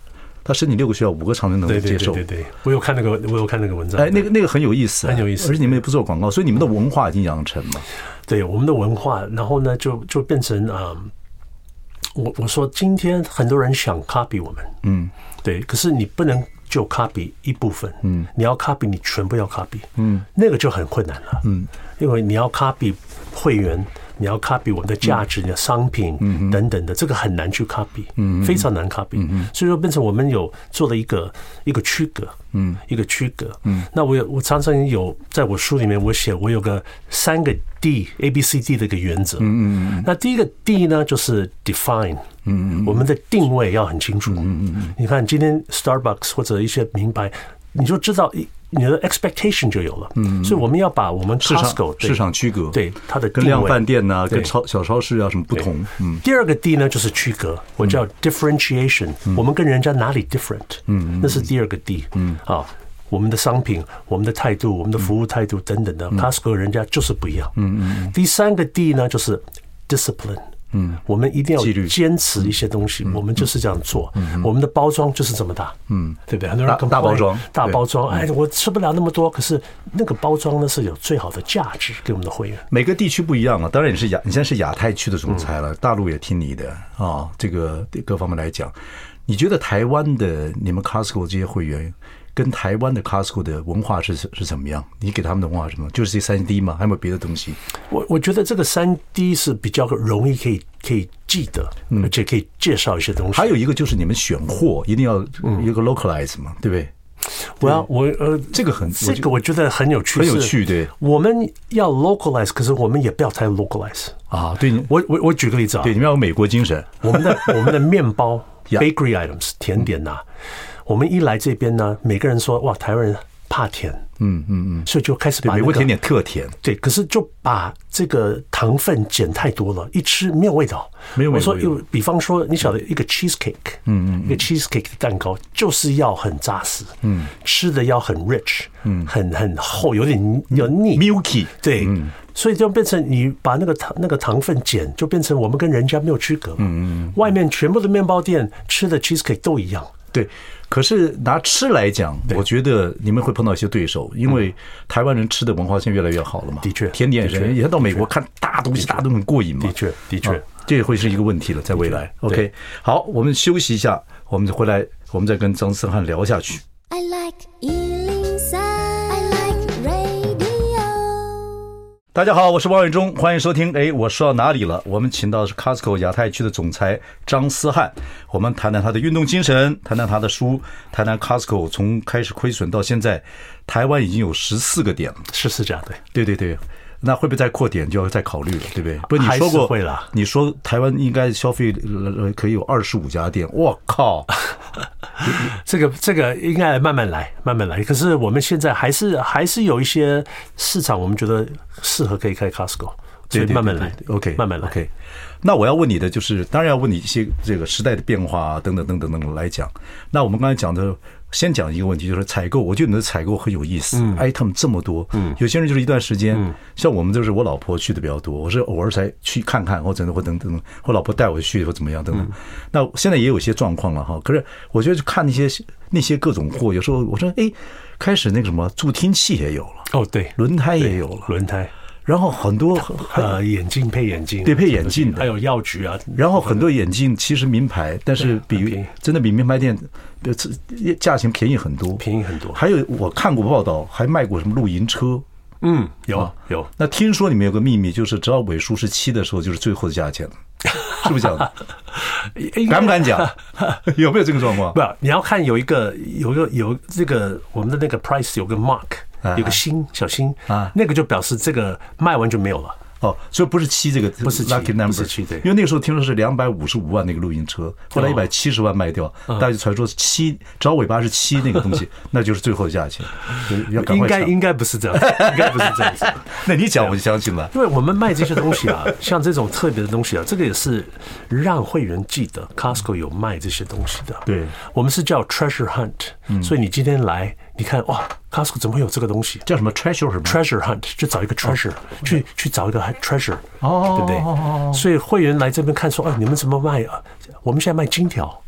[SPEAKER 1] 他申请六个学校，五个常春藤接受。
[SPEAKER 2] 对对对对，我有看那个，我有看那个文章。
[SPEAKER 1] 哎，那个那个很有意思，
[SPEAKER 2] 很有意思。
[SPEAKER 1] 而且你们也不做广告，所以你们的文化已经养成了。
[SPEAKER 2] 对，我们的文化，然后呢，就就变成啊、呃，我我说今天很多人想 copy 我们，嗯，对，可是你不能就 copy 一部分，嗯，你要 copy 你全部要 copy，嗯，那个就很困难了，嗯，因为你要 copy 会员。你要 copy 我们的价值、你的商品等等的，这个很难去 copy， 非常难 copy， 所以说变成我们有做了一个一个区隔，一个区隔。那我有我常常有在我书里面我写我有个三个 D A B C D 的一个原则。那第一个 D 呢就是 define， 我们的定位要很清楚。你看今天 Starbucks 或者一些名牌，你就知道。你的 expectation 就有了，嗯，所以我们要把我们 Costco
[SPEAKER 1] 市场区隔，
[SPEAKER 2] 对它的
[SPEAKER 1] 跟量贩店啊，跟超小超市啊什么不同。嗯，
[SPEAKER 2] 第二个 D 呢就是区隔，我叫 differentiation，我们跟人家哪里 different， 嗯，那是第二个 D， 嗯，啊，我们的商品、我们的态度、我们的服务态度等等的 ，Costco 人家就是不一样。嗯嗯。第三个 D 呢就是 discipline。嗯，我们一定要坚持一些东西，我们就是这样做。我们的包装就是这么大，嗯，对不对？很多人
[SPEAKER 1] 大包装，
[SPEAKER 2] 大包装，哎，我吃不了那么多，可是那个包装呢是有最好的价值给我们的会员。
[SPEAKER 1] 每个地区不一样啊，当然你是亚，你现在是亚太区的总裁了，大陆也听你的啊，这个各方面来讲，你觉得台湾的你们 Costco 这些会员？跟台湾的 Costco 的文化是是怎么样？你给他们的文化是什么？就是这三 D 吗？还有没有别的东西？
[SPEAKER 2] 我我觉得这个三 D 是比较容易可以可以记得，而且可以介绍一些东西。
[SPEAKER 1] 还有一个就是你们选货一定要有一个 localize 嘛，对不对？
[SPEAKER 2] 我要我呃，
[SPEAKER 1] 这个很
[SPEAKER 2] 这个我觉得很有趣，
[SPEAKER 1] 很有趣。对，
[SPEAKER 2] 我们要 localize， 可是我们也不要太 localize
[SPEAKER 1] 啊。对，
[SPEAKER 2] 我我我举个例子啊，
[SPEAKER 1] 对，你们要有美国精神。
[SPEAKER 2] 我们的我们的面包 bakery items 甜点呐。我们一来这边呢，每个人说哇，台湾人怕甜，嗯嗯嗯，所以就开始把、那個、
[SPEAKER 1] 美国甜点特甜，
[SPEAKER 2] 对，可是就把这个糖分减太多了，一吃没有味道，
[SPEAKER 1] 没有味道。
[SPEAKER 2] 我说，比方说，你晓得一个 cheesecake， 嗯嗯，一个 cheesecake 的蛋糕就是要很扎实，嗯，吃的要很 rich， 嗯，很很厚，有点有腻
[SPEAKER 1] milky，
[SPEAKER 2] 对，嗯。所以就变成你把那个糖那个糖分减，就变成我们跟人家没有区隔嘛。嗯嗯。外面全部的面包店吃的 cheesecake 都一样。
[SPEAKER 1] 对。可是拿吃来讲，我觉得你们会碰到一些对手，因为台湾人吃的文化现在越来越好了嘛。
[SPEAKER 2] 的确，
[SPEAKER 1] 甜点人也到美国看大东西，大家都很过瘾嘛。
[SPEAKER 2] 的确，的确，
[SPEAKER 1] 这会是一个问题了，在未来。OK， 好，我们休息一下，我们回来，我们再跟张思翰聊下去。I like 一零三 I like radio。大家好，我是王伟忠，欢迎收听。哎，我说到哪里了？我们请到的是 Costco 亚太区的总裁张思翰，我们谈谈他的运动精神，谈谈他的书，谈谈 Costco 从开始亏损到现在，台湾已经有十四个点了，
[SPEAKER 2] 十四家，对，
[SPEAKER 1] 对对对。那会不会再扩点就要再考虑了，对不对？不是你说过，
[SPEAKER 2] 会啦。
[SPEAKER 1] 你说台湾应该消费可以有二十五家店，我靠！
[SPEAKER 2] 这个这个应该慢慢来，慢慢来。可是我们现在还是还是有一些市场，我们觉得适合可以开 Costco， 所以慢慢来。
[SPEAKER 1] OK，
[SPEAKER 2] 慢慢来。
[SPEAKER 1] OK。那我要问你的就是，当然要问你一些这个时代的变化啊，等等等等等等来讲。那我们刚才讲的。先讲一个问题，就是采购。我觉得你的采购很有意思、嗯、item 这么多，嗯，有些人就是一段时间，嗯，像我们就是我老婆去的比较多，我是偶尔才去看看，或者或等等，或老婆带我去或怎么样等等。嗯、那现在也有一些状况了哈，可是我觉得看那些那些各种货，有时候我说，哎，开始那个什么助听器也有了，
[SPEAKER 2] 哦，对，
[SPEAKER 1] 轮胎也有了，
[SPEAKER 2] 轮胎。
[SPEAKER 1] 然后很多
[SPEAKER 2] 呃眼镜配眼镜，
[SPEAKER 1] 对配眼镜的，
[SPEAKER 2] 还有药局啊。
[SPEAKER 1] 然后很多眼镜其实名牌，但是比真的比名牌店价钱便宜很多，
[SPEAKER 2] 便宜很多。
[SPEAKER 1] 还有我看过报道，还卖过什么露营车。
[SPEAKER 2] 嗯，有、啊、有。
[SPEAKER 1] 那听说你们有个秘密，就是只要尾数是七的时候，就是最后的价钱了，是不是这样的？敢不敢讲？有没有这个状况？
[SPEAKER 2] 不，你要看有一个有一个有这个我们的那个 price 有个 mark。有个星小星啊，那个就表示这个卖完就没有了。
[SPEAKER 1] 哦，所以不是七这个，
[SPEAKER 2] 不是
[SPEAKER 1] lucky number，
[SPEAKER 2] 不是七，对。
[SPEAKER 1] 因为那个时候听说是两百五十五万那个露营车，后来一百七十万卖掉，大家就传说七，只要尾巴是七那个东西，那就是最后的价钱。
[SPEAKER 2] 要赶快抢。应该应该不是这样子，应该不是这样子。
[SPEAKER 1] 那你讲我就相信了。
[SPEAKER 2] 因为我们卖这些东西啊，像这种特别的东西啊，这个也是让会员记得 Costco 有卖这些东西的。
[SPEAKER 1] 对，
[SPEAKER 2] 我们是叫 treasure hunt，、嗯、所以你今天来。你看哇 ，Costco 怎么会有这个东西？
[SPEAKER 1] 叫什么 treasure 什么
[SPEAKER 2] treasure hunt， 就找一个 treasure，、哦、去去找一个 treasure， 哦，对不对？哦、所以会员来这边看说，哎，你们怎么卖啊？我们现在卖金条，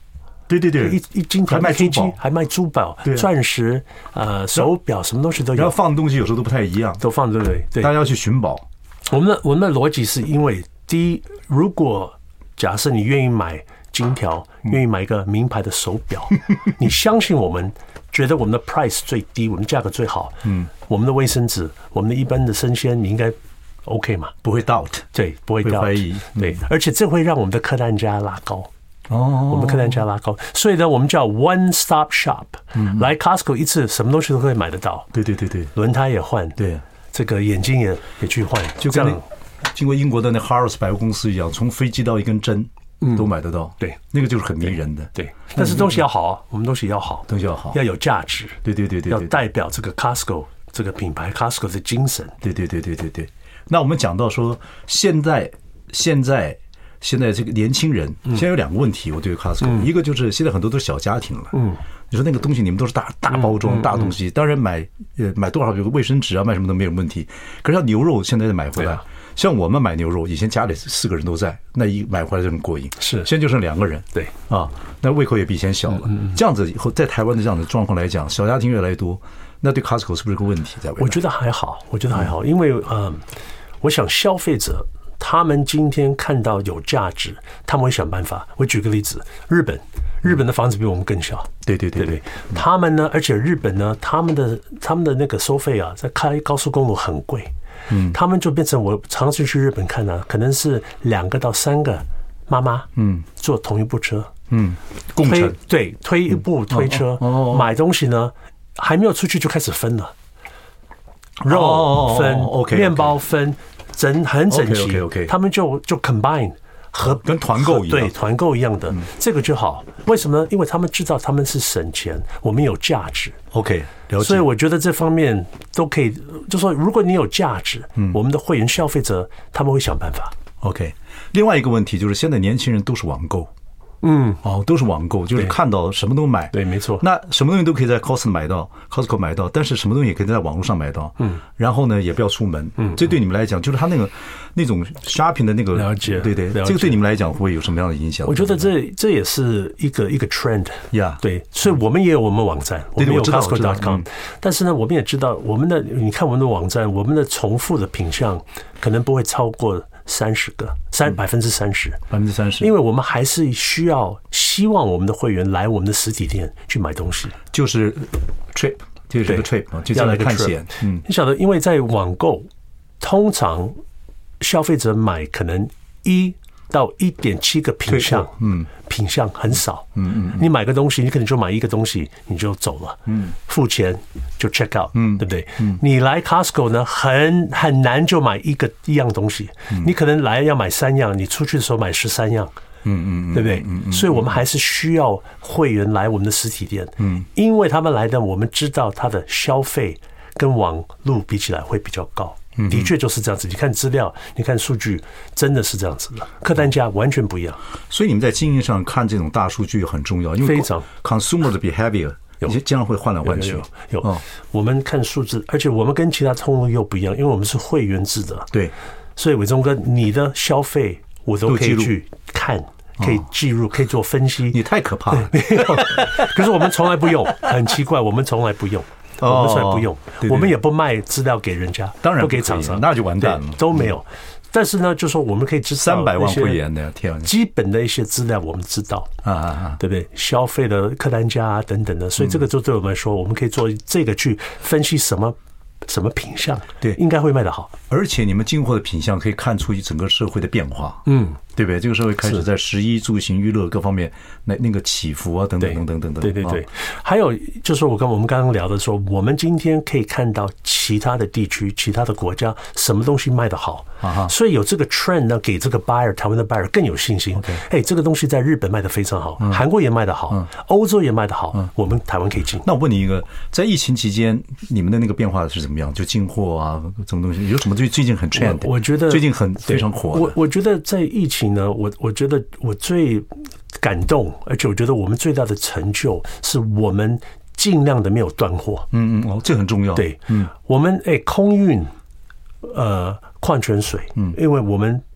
[SPEAKER 1] 对对对，
[SPEAKER 2] 一一金条
[SPEAKER 1] 还卖珠宝，
[SPEAKER 2] 还卖珠宝、钻石、呃手表，什么东西都有。
[SPEAKER 1] 然后放的东西有时候都不太一样，
[SPEAKER 2] 都放对不对？对，
[SPEAKER 1] 大家要去寻宝。
[SPEAKER 2] 我们的我们的逻辑是因为，第一，如果假设你愿意买金条，愿意买一个名牌的手表，你相信我们，觉得我们的 price 最低，我们价格最好，嗯，我们的卫生纸，我们的一般的生鲜，你应该 OK 嘛？
[SPEAKER 1] 不会 doubt，
[SPEAKER 2] 对，不会 doubt，
[SPEAKER 1] 怀疑，
[SPEAKER 2] 对，而且这会让我们的客单价拉高。
[SPEAKER 1] 哦，
[SPEAKER 2] 我们客单价拉高，所以呢，我们叫 one stop shop，、嗯、来 Costco 一次，什么东西都可以买得到。
[SPEAKER 1] 对对对对，
[SPEAKER 2] 轮胎也换，
[SPEAKER 1] 对，
[SPEAKER 2] 这个眼镜也也去换，
[SPEAKER 1] 就跟经过英国的那 Harrods 百货公司一样，从飞机到一根针。都买得到，
[SPEAKER 2] 对，
[SPEAKER 1] 那个就是很迷人的，
[SPEAKER 2] 对。但是东西要好，我们东西要好，
[SPEAKER 1] 东西要好，
[SPEAKER 2] 要有价值，
[SPEAKER 1] 对对对对，
[SPEAKER 2] 要代表这个 Costco 这个品牌 Costco 的精神，
[SPEAKER 1] 对对对对对对。那我们讲到说，现在现在现在这个年轻人，现在有两个问题，我对 Costco，一个就是现在很多都是小家庭了，嗯，你说那个东西你们都是大大包装大东西，当然买呃买多少有个卫生纸啊，买什么都没有问题，可是像牛肉现在买回来。像我们买牛肉，以前家里四个人都在，那一买回来就很过瘾。是，现在就剩两个人，
[SPEAKER 2] 对
[SPEAKER 1] 啊，那胃口也比以前小了。这样子以后，在台湾的这样的状况来讲，小家庭越来越多，那对 Costco 是不是个问题？在未来，
[SPEAKER 2] 我觉得还好，我觉得还好，因为呃，我想消费者他们今天看到有价值，他们会想办法。我举个例子，日本，日本的房子比我们更小，
[SPEAKER 1] 对对对
[SPEAKER 2] 对对，他们呢，而且日本呢，他们的他们的那个收费啊，在开高速公路很贵。嗯，他们就变成我尝试去日本看呢、啊，可能是两个到三个妈妈，嗯，坐同一部车，
[SPEAKER 1] 嗯，共乘，
[SPEAKER 2] 对，推一部推车，嗯、哦哦买东西呢，还没有出去就开始分了，肉分，
[SPEAKER 1] 哦 okay,
[SPEAKER 2] 面包分，整很整齐
[SPEAKER 1] ，OK OK，
[SPEAKER 2] 他们就就 combine。和
[SPEAKER 1] 跟团购一样，
[SPEAKER 2] 对团购一样的、嗯，这个就好。为什么呢？因为他们知道他们是省钱，我们有价值。
[SPEAKER 1] OK， 了解。
[SPEAKER 2] 所以我觉得这方面都可以，就说如果你有价值，嗯，我们的会员消费者他们会想办法。
[SPEAKER 1] OK， 另外一个问题就是现在年轻人都是网购。嗯，哦，都是网购，就是看到什么都买，
[SPEAKER 2] 对，没错。
[SPEAKER 1] 那什么东西都可以在 Costco 买到 ，Costco 买到，但是什么东西也可以在网络上买到，嗯，然后呢，也不要出门，嗯，这对你们来讲，就是他那个那种 shopping 的那个
[SPEAKER 2] 了解，
[SPEAKER 1] 对对，这个对你们来讲会有什么样的影响？
[SPEAKER 2] 我觉得这这也是一个一个 trend，
[SPEAKER 1] 呀，
[SPEAKER 2] yeah, 对，所以我们也有我们网站，我们有 Costco dot com， 但是呢，我们也知道我们的，你看我们的网站，我们的重复的品项可能不会超过。三十个，三百分之三十，
[SPEAKER 1] 百分之三十，
[SPEAKER 2] 因为我们还是需要希望我们的会员来我们的实体店去买东西，
[SPEAKER 1] 就是 trip， 就是这个 trip， 就这样来看险。
[SPEAKER 2] 嗯，你晓得，因为在网购，通常消费者买可能一到一点七个品项，嗯，品项很少，嗯嗯，你买个东西，你可能就买一个东西，你就走了，嗯，付钱就 check out，嗯，对不对？嗯，你来 Costco 呢，很很难就买一个一样东西，你可能来要买三样，你出去的时候买十三样，嗯嗯，对不对？嗯嗯，所以我们还是需要会员来我们的实体店，嗯，因为他们来的，我们知道他的消费跟网路比起来会比较高。的确就是这样子，你看资料，你看数据，真的是这样子的，客单价完全不一样。
[SPEAKER 1] 所以你们在经营上看这种大数据很重要，因为
[SPEAKER 2] 非常
[SPEAKER 1] consumer 的 behavior 有些经常会换来换去。
[SPEAKER 2] 有，有有有哦、我们看数字，而且我们跟其他通路又不一样，因为我们是会员制的。
[SPEAKER 1] 对，
[SPEAKER 2] 所以伟忠哥，你的消费我都可以去看。可以记录，可以做分析。
[SPEAKER 1] 你太可怕了。
[SPEAKER 2] 可是我们从来不用，很奇怪，我们从来不用。我们从来不用，对对对，我们也不卖资料给人家，
[SPEAKER 1] 当然
[SPEAKER 2] 不给厂商，
[SPEAKER 1] 那就完蛋了，
[SPEAKER 2] 都没有。但是呢，就说我们可以知道
[SPEAKER 1] 三百万会员的天，
[SPEAKER 2] 基本的一些资料我们知道啊啊啊，对不对？消费的客单价啊等等的，所以这个就对我们来说，我们可以做这个去分析什么什么品项，
[SPEAKER 1] 对，
[SPEAKER 2] 应该会卖得好。
[SPEAKER 1] 而且你们进货的品项可以看出整个社会的变化，嗯。对不对？这个社会开始在食衣住行娱乐各方面那那个起伏啊，等等等等等等。
[SPEAKER 2] 对对对，还有就是我跟我们刚刚聊的说，我们今天可以看到其他的地区、其他的国家什么东西卖得好，所以有这个 trend 呢，给这个 buyer 台湾的 buyer 更有信心。哎，这个东西在日本卖得非常好，韩国也卖得好，欧洲也卖得好，我们台湾可以进。
[SPEAKER 1] 那我问你一个，在疫情期间，你们的那个变化是怎么样？就进货啊，什么东西？有什么最最近很 trend？
[SPEAKER 2] 我觉得
[SPEAKER 1] 最近很非常火。
[SPEAKER 2] 我我觉得在疫情呢，我我觉得我最感动，而且我觉得我们最大的成就是我们尽量的没有断货。
[SPEAKER 1] 嗯嗯，哦，这很重要。
[SPEAKER 2] 对，嗯，我们哎空运呃矿泉水，嗯，因为我们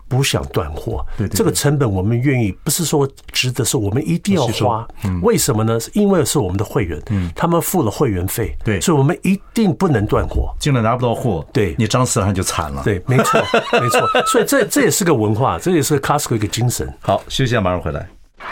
[SPEAKER 2] 不想断货，
[SPEAKER 1] 对对对，
[SPEAKER 2] 这个成本我们愿意，不是说值得，是我们一定要花。嗯、为什么呢？因为是我们的会员，嗯、他们付了会员费，
[SPEAKER 1] 对，
[SPEAKER 2] 所以我们一定不能断货。
[SPEAKER 1] 进来拿不到货，
[SPEAKER 2] 对，
[SPEAKER 1] 你张思涵就惨了。
[SPEAKER 2] 对，没错，没错。所以这这也是个文化，这也是 Costco 一个精神。
[SPEAKER 1] 好，休息一下，马上回来。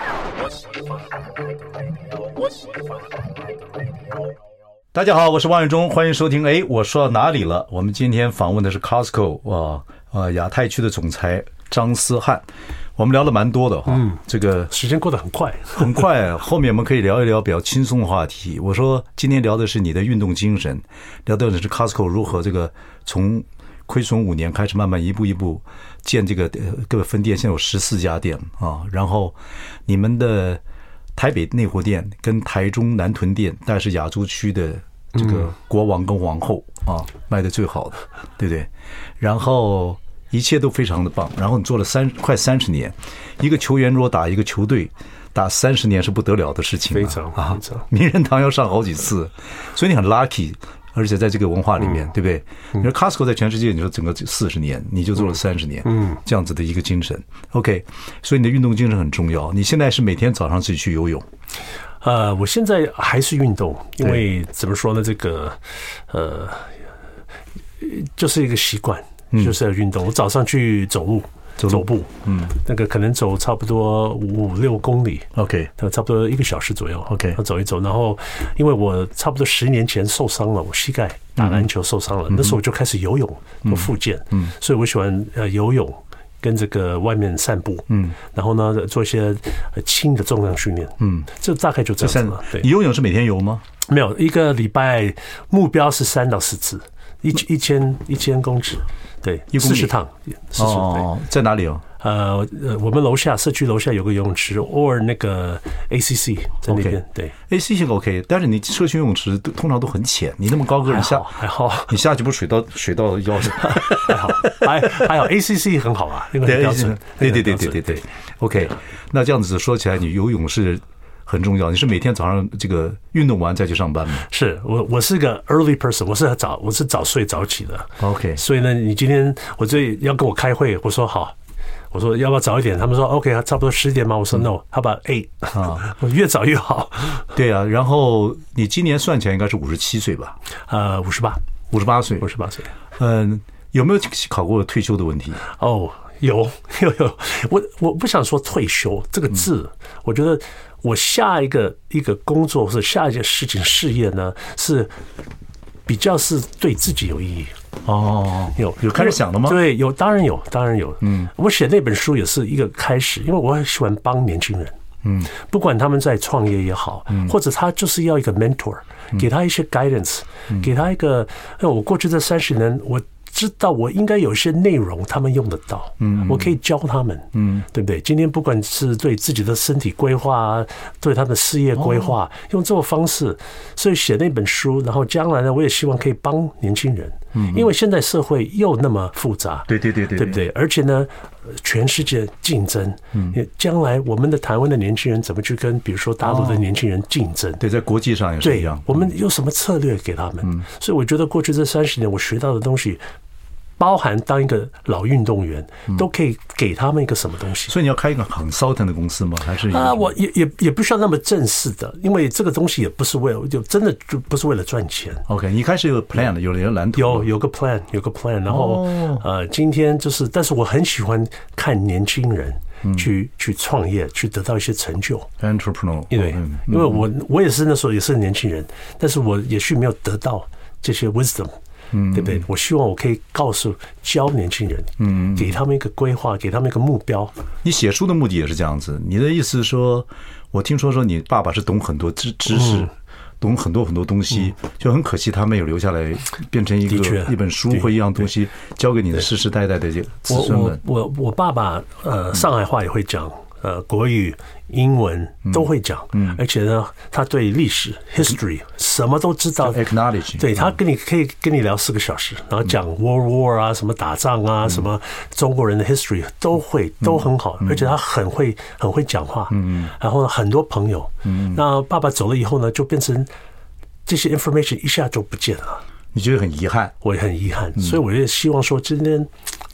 [SPEAKER 1] 大家好，我是王永忠，欢迎收听。哎，我说到哪里了？我们今天访问的是 Costco 啊呃亚太区的总裁张思翰。我们聊了蛮多的哈，嗯，这个
[SPEAKER 2] 时间过得很快，
[SPEAKER 1] 很快。后面我们可以聊一聊比较轻松的话题。我说今天聊的是你的运动精神，聊的是 Costco 如何这个从亏损五年开始，慢慢一步一步建这个各个分店，现在有十四家店啊。然后你们的台北内湖店跟台中南屯店，大概是亚洲区的这个国王跟皇后啊，卖的最好的，对不对？然后一切都非常的棒。然后你做了三快三十年，一个球员如果打一个球队打三十年是不得了的事情，
[SPEAKER 2] 非常啊，
[SPEAKER 1] 名人堂要上好几次，所以你很 lucky。而且在这个文化里面，嗯、对不对？你说 Costco 在全世界，你说整个四十年，你就做了三十年，嗯，这样子的一个精神。OK， 所以你的运动精神很重要。你现在是每天早上自己去游泳？
[SPEAKER 2] 呃，我现在还是运动，因为怎么说呢？这个呃，就是一个习惯，就是要运动。我早上去走路。走步，嗯，那个可能走差不多五六公里
[SPEAKER 1] ，OK，
[SPEAKER 2] 差不多一个小时左右
[SPEAKER 1] ，OK，
[SPEAKER 2] 走一走。然后，因为我差不多十年前受伤了，我膝盖打篮球受伤了，嗯、那时候我就开始游泳，做复健，嗯，所以我喜欢呃游泳跟这个外面散步，嗯，然后呢做一些轻的重量训练，嗯，这大概就这样子了。对，
[SPEAKER 1] 你游泳是每天游吗？
[SPEAKER 2] 没有，一个礼拜目标是三到四次，一一千一千公尺。对，四十趟，四十
[SPEAKER 1] 哦，在哪里哦？
[SPEAKER 2] 呃，我们楼下社区楼下有个游泳池，偶尔那个 A C C 在那边。对
[SPEAKER 1] ，A C C OK， 但是你社区游泳池通常都很浅，你那么高个人下
[SPEAKER 2] 还好，
[SPEAKER 1] 你下去不水到水到腰上，
[SPEAKER 2] 还好，还还好 A C C 很好啊，那个很标准。
[SPEAKER 1] 对对对对对对 ，OK。那这样子说起来，你游泳是很重要。你是每天早上这个运动完再去上班吗？
[SPEAKER 2] 是我，我是个 early person， 我是早，我是早睡早起的。
[SPEAKER 1] OK，
[SPEAKER 2] 所以呢，你今天我这要跟我开会，我说好，我说要不要早一点？他们说 OK， 差不多十点吗？我说 No， how about eight 啊，越早越好。
[SPEAKER 1] 对啊，然后你今年算起来应该是五十七岁吧？
[SPEAKER 2] 呃，五十八，
[SPEAKER 1] 五十八岁，
[SPEAKER 2] 五十八岁。
[SPEAKER 1] 嗯，有没有考过退休的问题？
[SPEAKER 2] 哦，有有有，我我不想说退休这个字，我觉得。我下一个一个工作或者下一件事情事业呢，是比较是对自己有意义
[SPEAKER 1] 哦。有有开始想了吗？
[SPEAKER 2] 对，有，当然有，当然有。嗯，我写那本书也是一个开始，因为我很喜欢帮年轻人。嗯，不管他们在创业也好，嗯、或者他就是要一个 mentor， 给他一些 guidance，、嗯、给他一个。我过去这三十年，我。知道我应该有一些内容他们用得到，嗯，我可以教他们，嗯，对不对？今天不管是对自己的身体规划啊，对他的事业规划，哦、用这种方式，所以写那本书，然后将来呢，我也希望可以帮年轻人，嗯，因为现在社会又那么复杂，
[SPEAKER 1] 对对对对，
[SPEAKER 2] 对不对？而且呢，全世界竞争，嗯，将来我们的台湾的年轻人怎么去跟比如说大陆的年轻人竞争？
[SPEAKER 1] 对，在国际上也是一样，
[SPEAKER 2] 我们有什么策略给他们？嗯，所以我觉得过去这三十年我学到的东西。包含当一个老运动员，都可以给他们一个什么东西。
[SPEAKER 1] 所以你要开一个 consultant 的公司吗？还是
[SPEAKER 2] 啊，我也也也不需要那么正式的，因为这个东西也不是为了，就真的就不是为了赚钱。
[SPEAKER 1] OK， 你开始有 plan 了，有了蓝图，
[SPEAKER 2] 有有个 plan， 有个 plan。然后、哦、呃，今天就是，但是我很喜欢看年轻人去、嗯、去创业，去得到一些成就。
[SPEAKER 1] entrepreneur，
[SPEAKER 2] 对，嗯、因为我我也是那时候也是年轻人，但是我也许没有得到这些 wisdom。嗯，对不对？我希望我可以告诉教年轻人，嗯，给他们一个规划，给他们一个目标。
[SPEAKER 1] 你写书的目的也是这样子。你的意思是说，我听说说你爸爸是懂很多知知识，嗯、懂很多很多东西，嗯、就很可惜他没有留下来，变成一个一本书或一样东西，教给你的世世代代的这子孙们。
[SPEAKER 2] 我我我爸爸呃，上海话也会讲。呃，国语、英文都会讲，嗯，而且呢，他对历史 history 什么都知道
[SPEAKER 1] ，acknowledge，
[SPEAKER 2] 对他跟你可以跟你聊四个小时，然后讲 World War 啊，什么打仗啊，什么中国人的 history 都会都很好，而且他很会很会讲话，嗯，然后很多朋友，嗯，那爸爸走了以后呢，就变成这些 information 一下就不见了。
[SPEAKER 1] 你觉得很遗憾？
[SPEAKER 2] 我也很遗憾，所以我也希望说，今天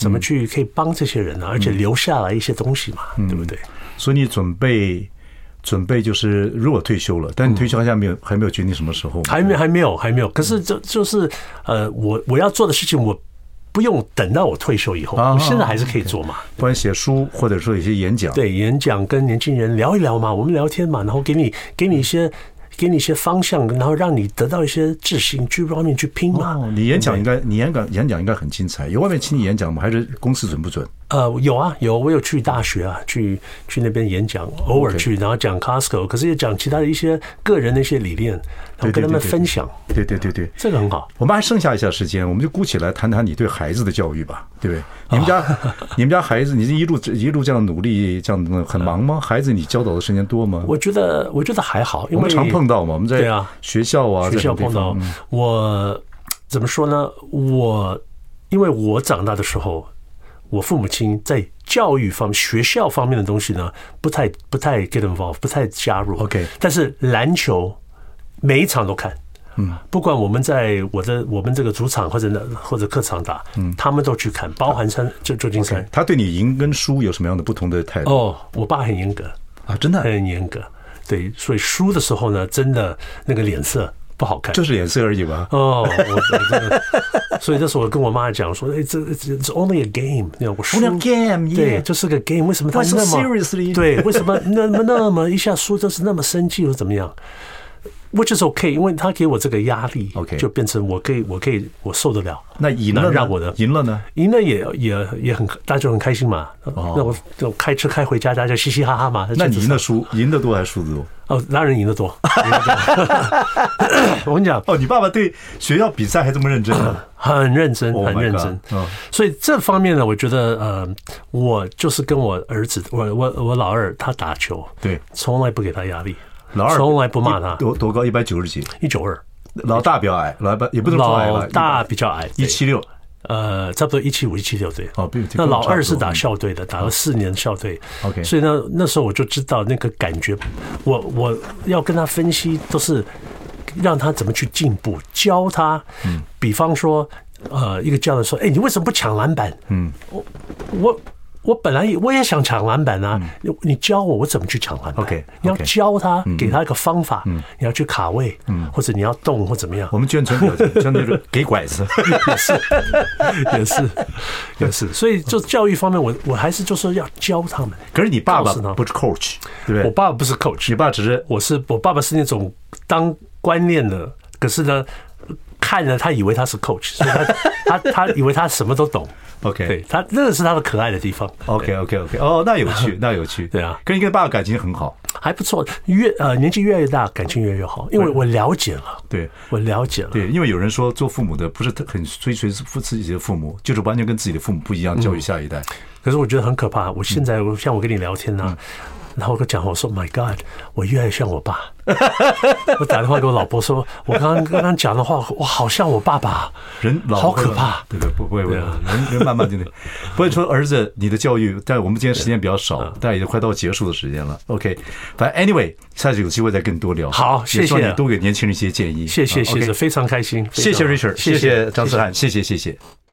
[SPEAKER 2] 怎么去可以帮这些人呢、啊？而且留下来一些东西嘛，嗯、对不对？
[SPEAKER 1] 所以你准备。准备就是如果退休了，但你退休好像没有、嗯、还没有决定什么时候，
[SPEAKER 2] 还没还没有还没有。可是就就是呃，我我要做的事情，我不用等到我退休以后，啊、我现在还是可以做嘛。
[SPEAKER 1] 不然写书或者说有些演讲，
[SPEAKER 2] 对演讲跟年轻人聊一聊嘛，我们聊天嘛，然后给你给你一些。给你一些方向，然后让你得到一些自信，去外面去拼嘛。
[SPEAKER 1] 哦，你演讲应该，你演讲演讲应该很精彩。有外面请你演讲吗？还是公司准不准？
[SPEAKER 2] 呃，有啊，有，我有去大学啊，去去那边演讲，偶尔去，然后讲 Costco， 可是也讲其他的一些个人的一些理念，然后跟他们分享。
[SPEAKER 1] 对对对对，
[SPEAKER 2] 这个很好。
[SPEAKER 1] 我们还剩下一下时间，我们就姑且来谈谈你对孩子的教育吧，对不对？你们家你们家孩子，你是一路一路这样努力，这样很忙吗？孩子，你教导的时间多吗？
[SPEAKER 2] 我觉得我觉得还好，因为
[SPEAKER 1] 我们常碰到嘛，我们在学校啊，
[SPEAKER 2] 学校碰到。我怎么说呢？我因为我长大的时候，我父母亲在教育方面、学校方面的东西呢，不太不太 get involved， 不太加入。
[SPEAKER 1] OK，
[SPEAKER 2] 但是篮球每一场都看。嗯，不管我们在我的我们这个主场或者或者客场打，嗯，他们都去看，包含三就旧金山。
[SPEAKER 1] 他对你赢跟输有什么样的不同的态度？
[SPEAKER 2] 哦，我爸很严格
[SPEAKER 1] 啊，真的
[SPEAKER 2] 很严格。对，所以输的时候呢，真的那个脸色不好看，
[SPEAKER 1] 就是脸色而已吧。
[SPEAKER 2] 哦，我我真的，所以那时候我跟我妈讲说，哎，这这 it's only a game， 你知道我输
[SPEAKER 1] game，
[SPEAKER 2] 对，就是个 game， 为什么他那么
[SPEAKER 1] seriously？
[SPEAKER 2] 对，为什么那么那么一下输就是那么生气或怎么样？Which is okay， 因为他给我这个压力
[SPEAKER 1] ，OK，
[SPEAKER 2] 就变成我可以，我可以，我受得了。
[SPEAKER 1] 那赢了，
[SPEAKER 2] 让我的
[SPEAKER 1] 赢了呢？
[SPEAKER 2] 赢了也也也很，大家就很开心嘛。
[SPEAKER 1] 哦、
[SPEAKER 2] 那我我开车开回家，大家就嘻嘻哈哈嘛。
[SPEAKER 1] 那你赢的输，赢的多还是输的多？
[SPEAKER 2] 哦，当然赢得多。赢得多我跟你讲，
[SPEAKER 1] 哦，你爸爸对学校比赛还这么认真啊？
[SPEAKER 2] 很认真，很认真。
[SPEAKER 1] Oh、
[SPEAKER 2] 所以这方面呢，我觉得呃，我就是跟我儿子，我我我老二他打球，
[SPEAKER 1] 对，
[SPEAKER 2] 从来不给他压力。
[SPEAKER 1] 老二
[SPEAKER 2] 从来不骂他，
[SPEAKER 1] 多多高？一百九十几，
[SPEAKER 2] 一九二。
[SPEAKER 1] 老大比较矮，老大也不能说矮吧，
[SPEAKER 2] 老大比较矮，
[SPEAKER 1] 一七六，
[SPEAKER 2] 呃，差不多一七五、一七六对。
[SPEAKER 1] 哦，
[SPEAKER 2] 那老二是打校队的，打了四年校队。
[SPEAKER 1] OK，
[SPEAKER 2] 所以呢，那时候我就知道那个感觉，我我要跟他分析，都是让他怎么去进步，教他。嗯，比方说，呃，一个教练说：“哎，你为什么不抢篮板？”嗯，我我。我本来我也想抢篮板啊，嗯、你教我我怎么去抢篮板
[SPEAKER 1] ？OK，
[SPEAKER 2] 你要教他，嗯、给他一个方法，嗯、你要去卡位，嗯、或者你要动或怎么样。
[SPEAKER 1] 我们眷村有真的给拐子，
[SPEAKER 2] 也是，也是，也是。所以就教育方面，我我还是就说要教他们。
[SPEAKER 1] 可是你爸爸不是 coach， 对不对？
[SPEAKER 2] 我爸爸不是 coach，
[SPEAKER 1] 你爸只是
[SPEAKER 2] 我是我爸爸是那种当观念的，可是呢，看了他以为他是 coach， 所以他他他以为他什么都懂。
[SPEAKER 1] OK，
[SPEAKER 2] 对他那个是他的可爱的地方。
[SPEAKER 1] OK OK OK， 哦，那有趣，那有趣。
[SPEAKER 2] 对啊，
[SPEAKER 1] 跟你跟爸爸感情很好，
[SPEAKER 2] 还不错。越呃年纪越来越大，感情越来越好，因为我了解了。
[SPEAKER 1] 对，
[SPEAKER 2] 我了解了。
[SPEAKER 1] 对，因为有人说做父母的不是很追随自己的父母，就是完全跟自己的父母不一样，教育下一代。嗯、
[SPEAKER 2] 可是我觉得很可怕。我现在像我跟你聊天呢、啊。嗯然后我讲，我说 ：“My God， 我越来越像我爸。”我打电话给我老婆说：“我刚刚刚刚讲的话，我好像我爸爸，
[SPEAKER 1] 人老
[SPEAKER 2] 好可怕。”
[SPEAKER 1] 对对，不会不会，人人慢慢的。不会说儿子，你的教育，但我们今天时间比较少，但也快到结束的时间了。OK， 反正 anyway， 下次有机会再跟你多聊。
[SPEAKER 2] 好，谢谢，
[SPEAKER 1] 多给年轻人一些建议。
[SPEAKER 2] 谢谢，谢谢，非常开心。
[SPEAKER 1] 谢谢 Richard， 谢谢张思翰，谢谢谢谢。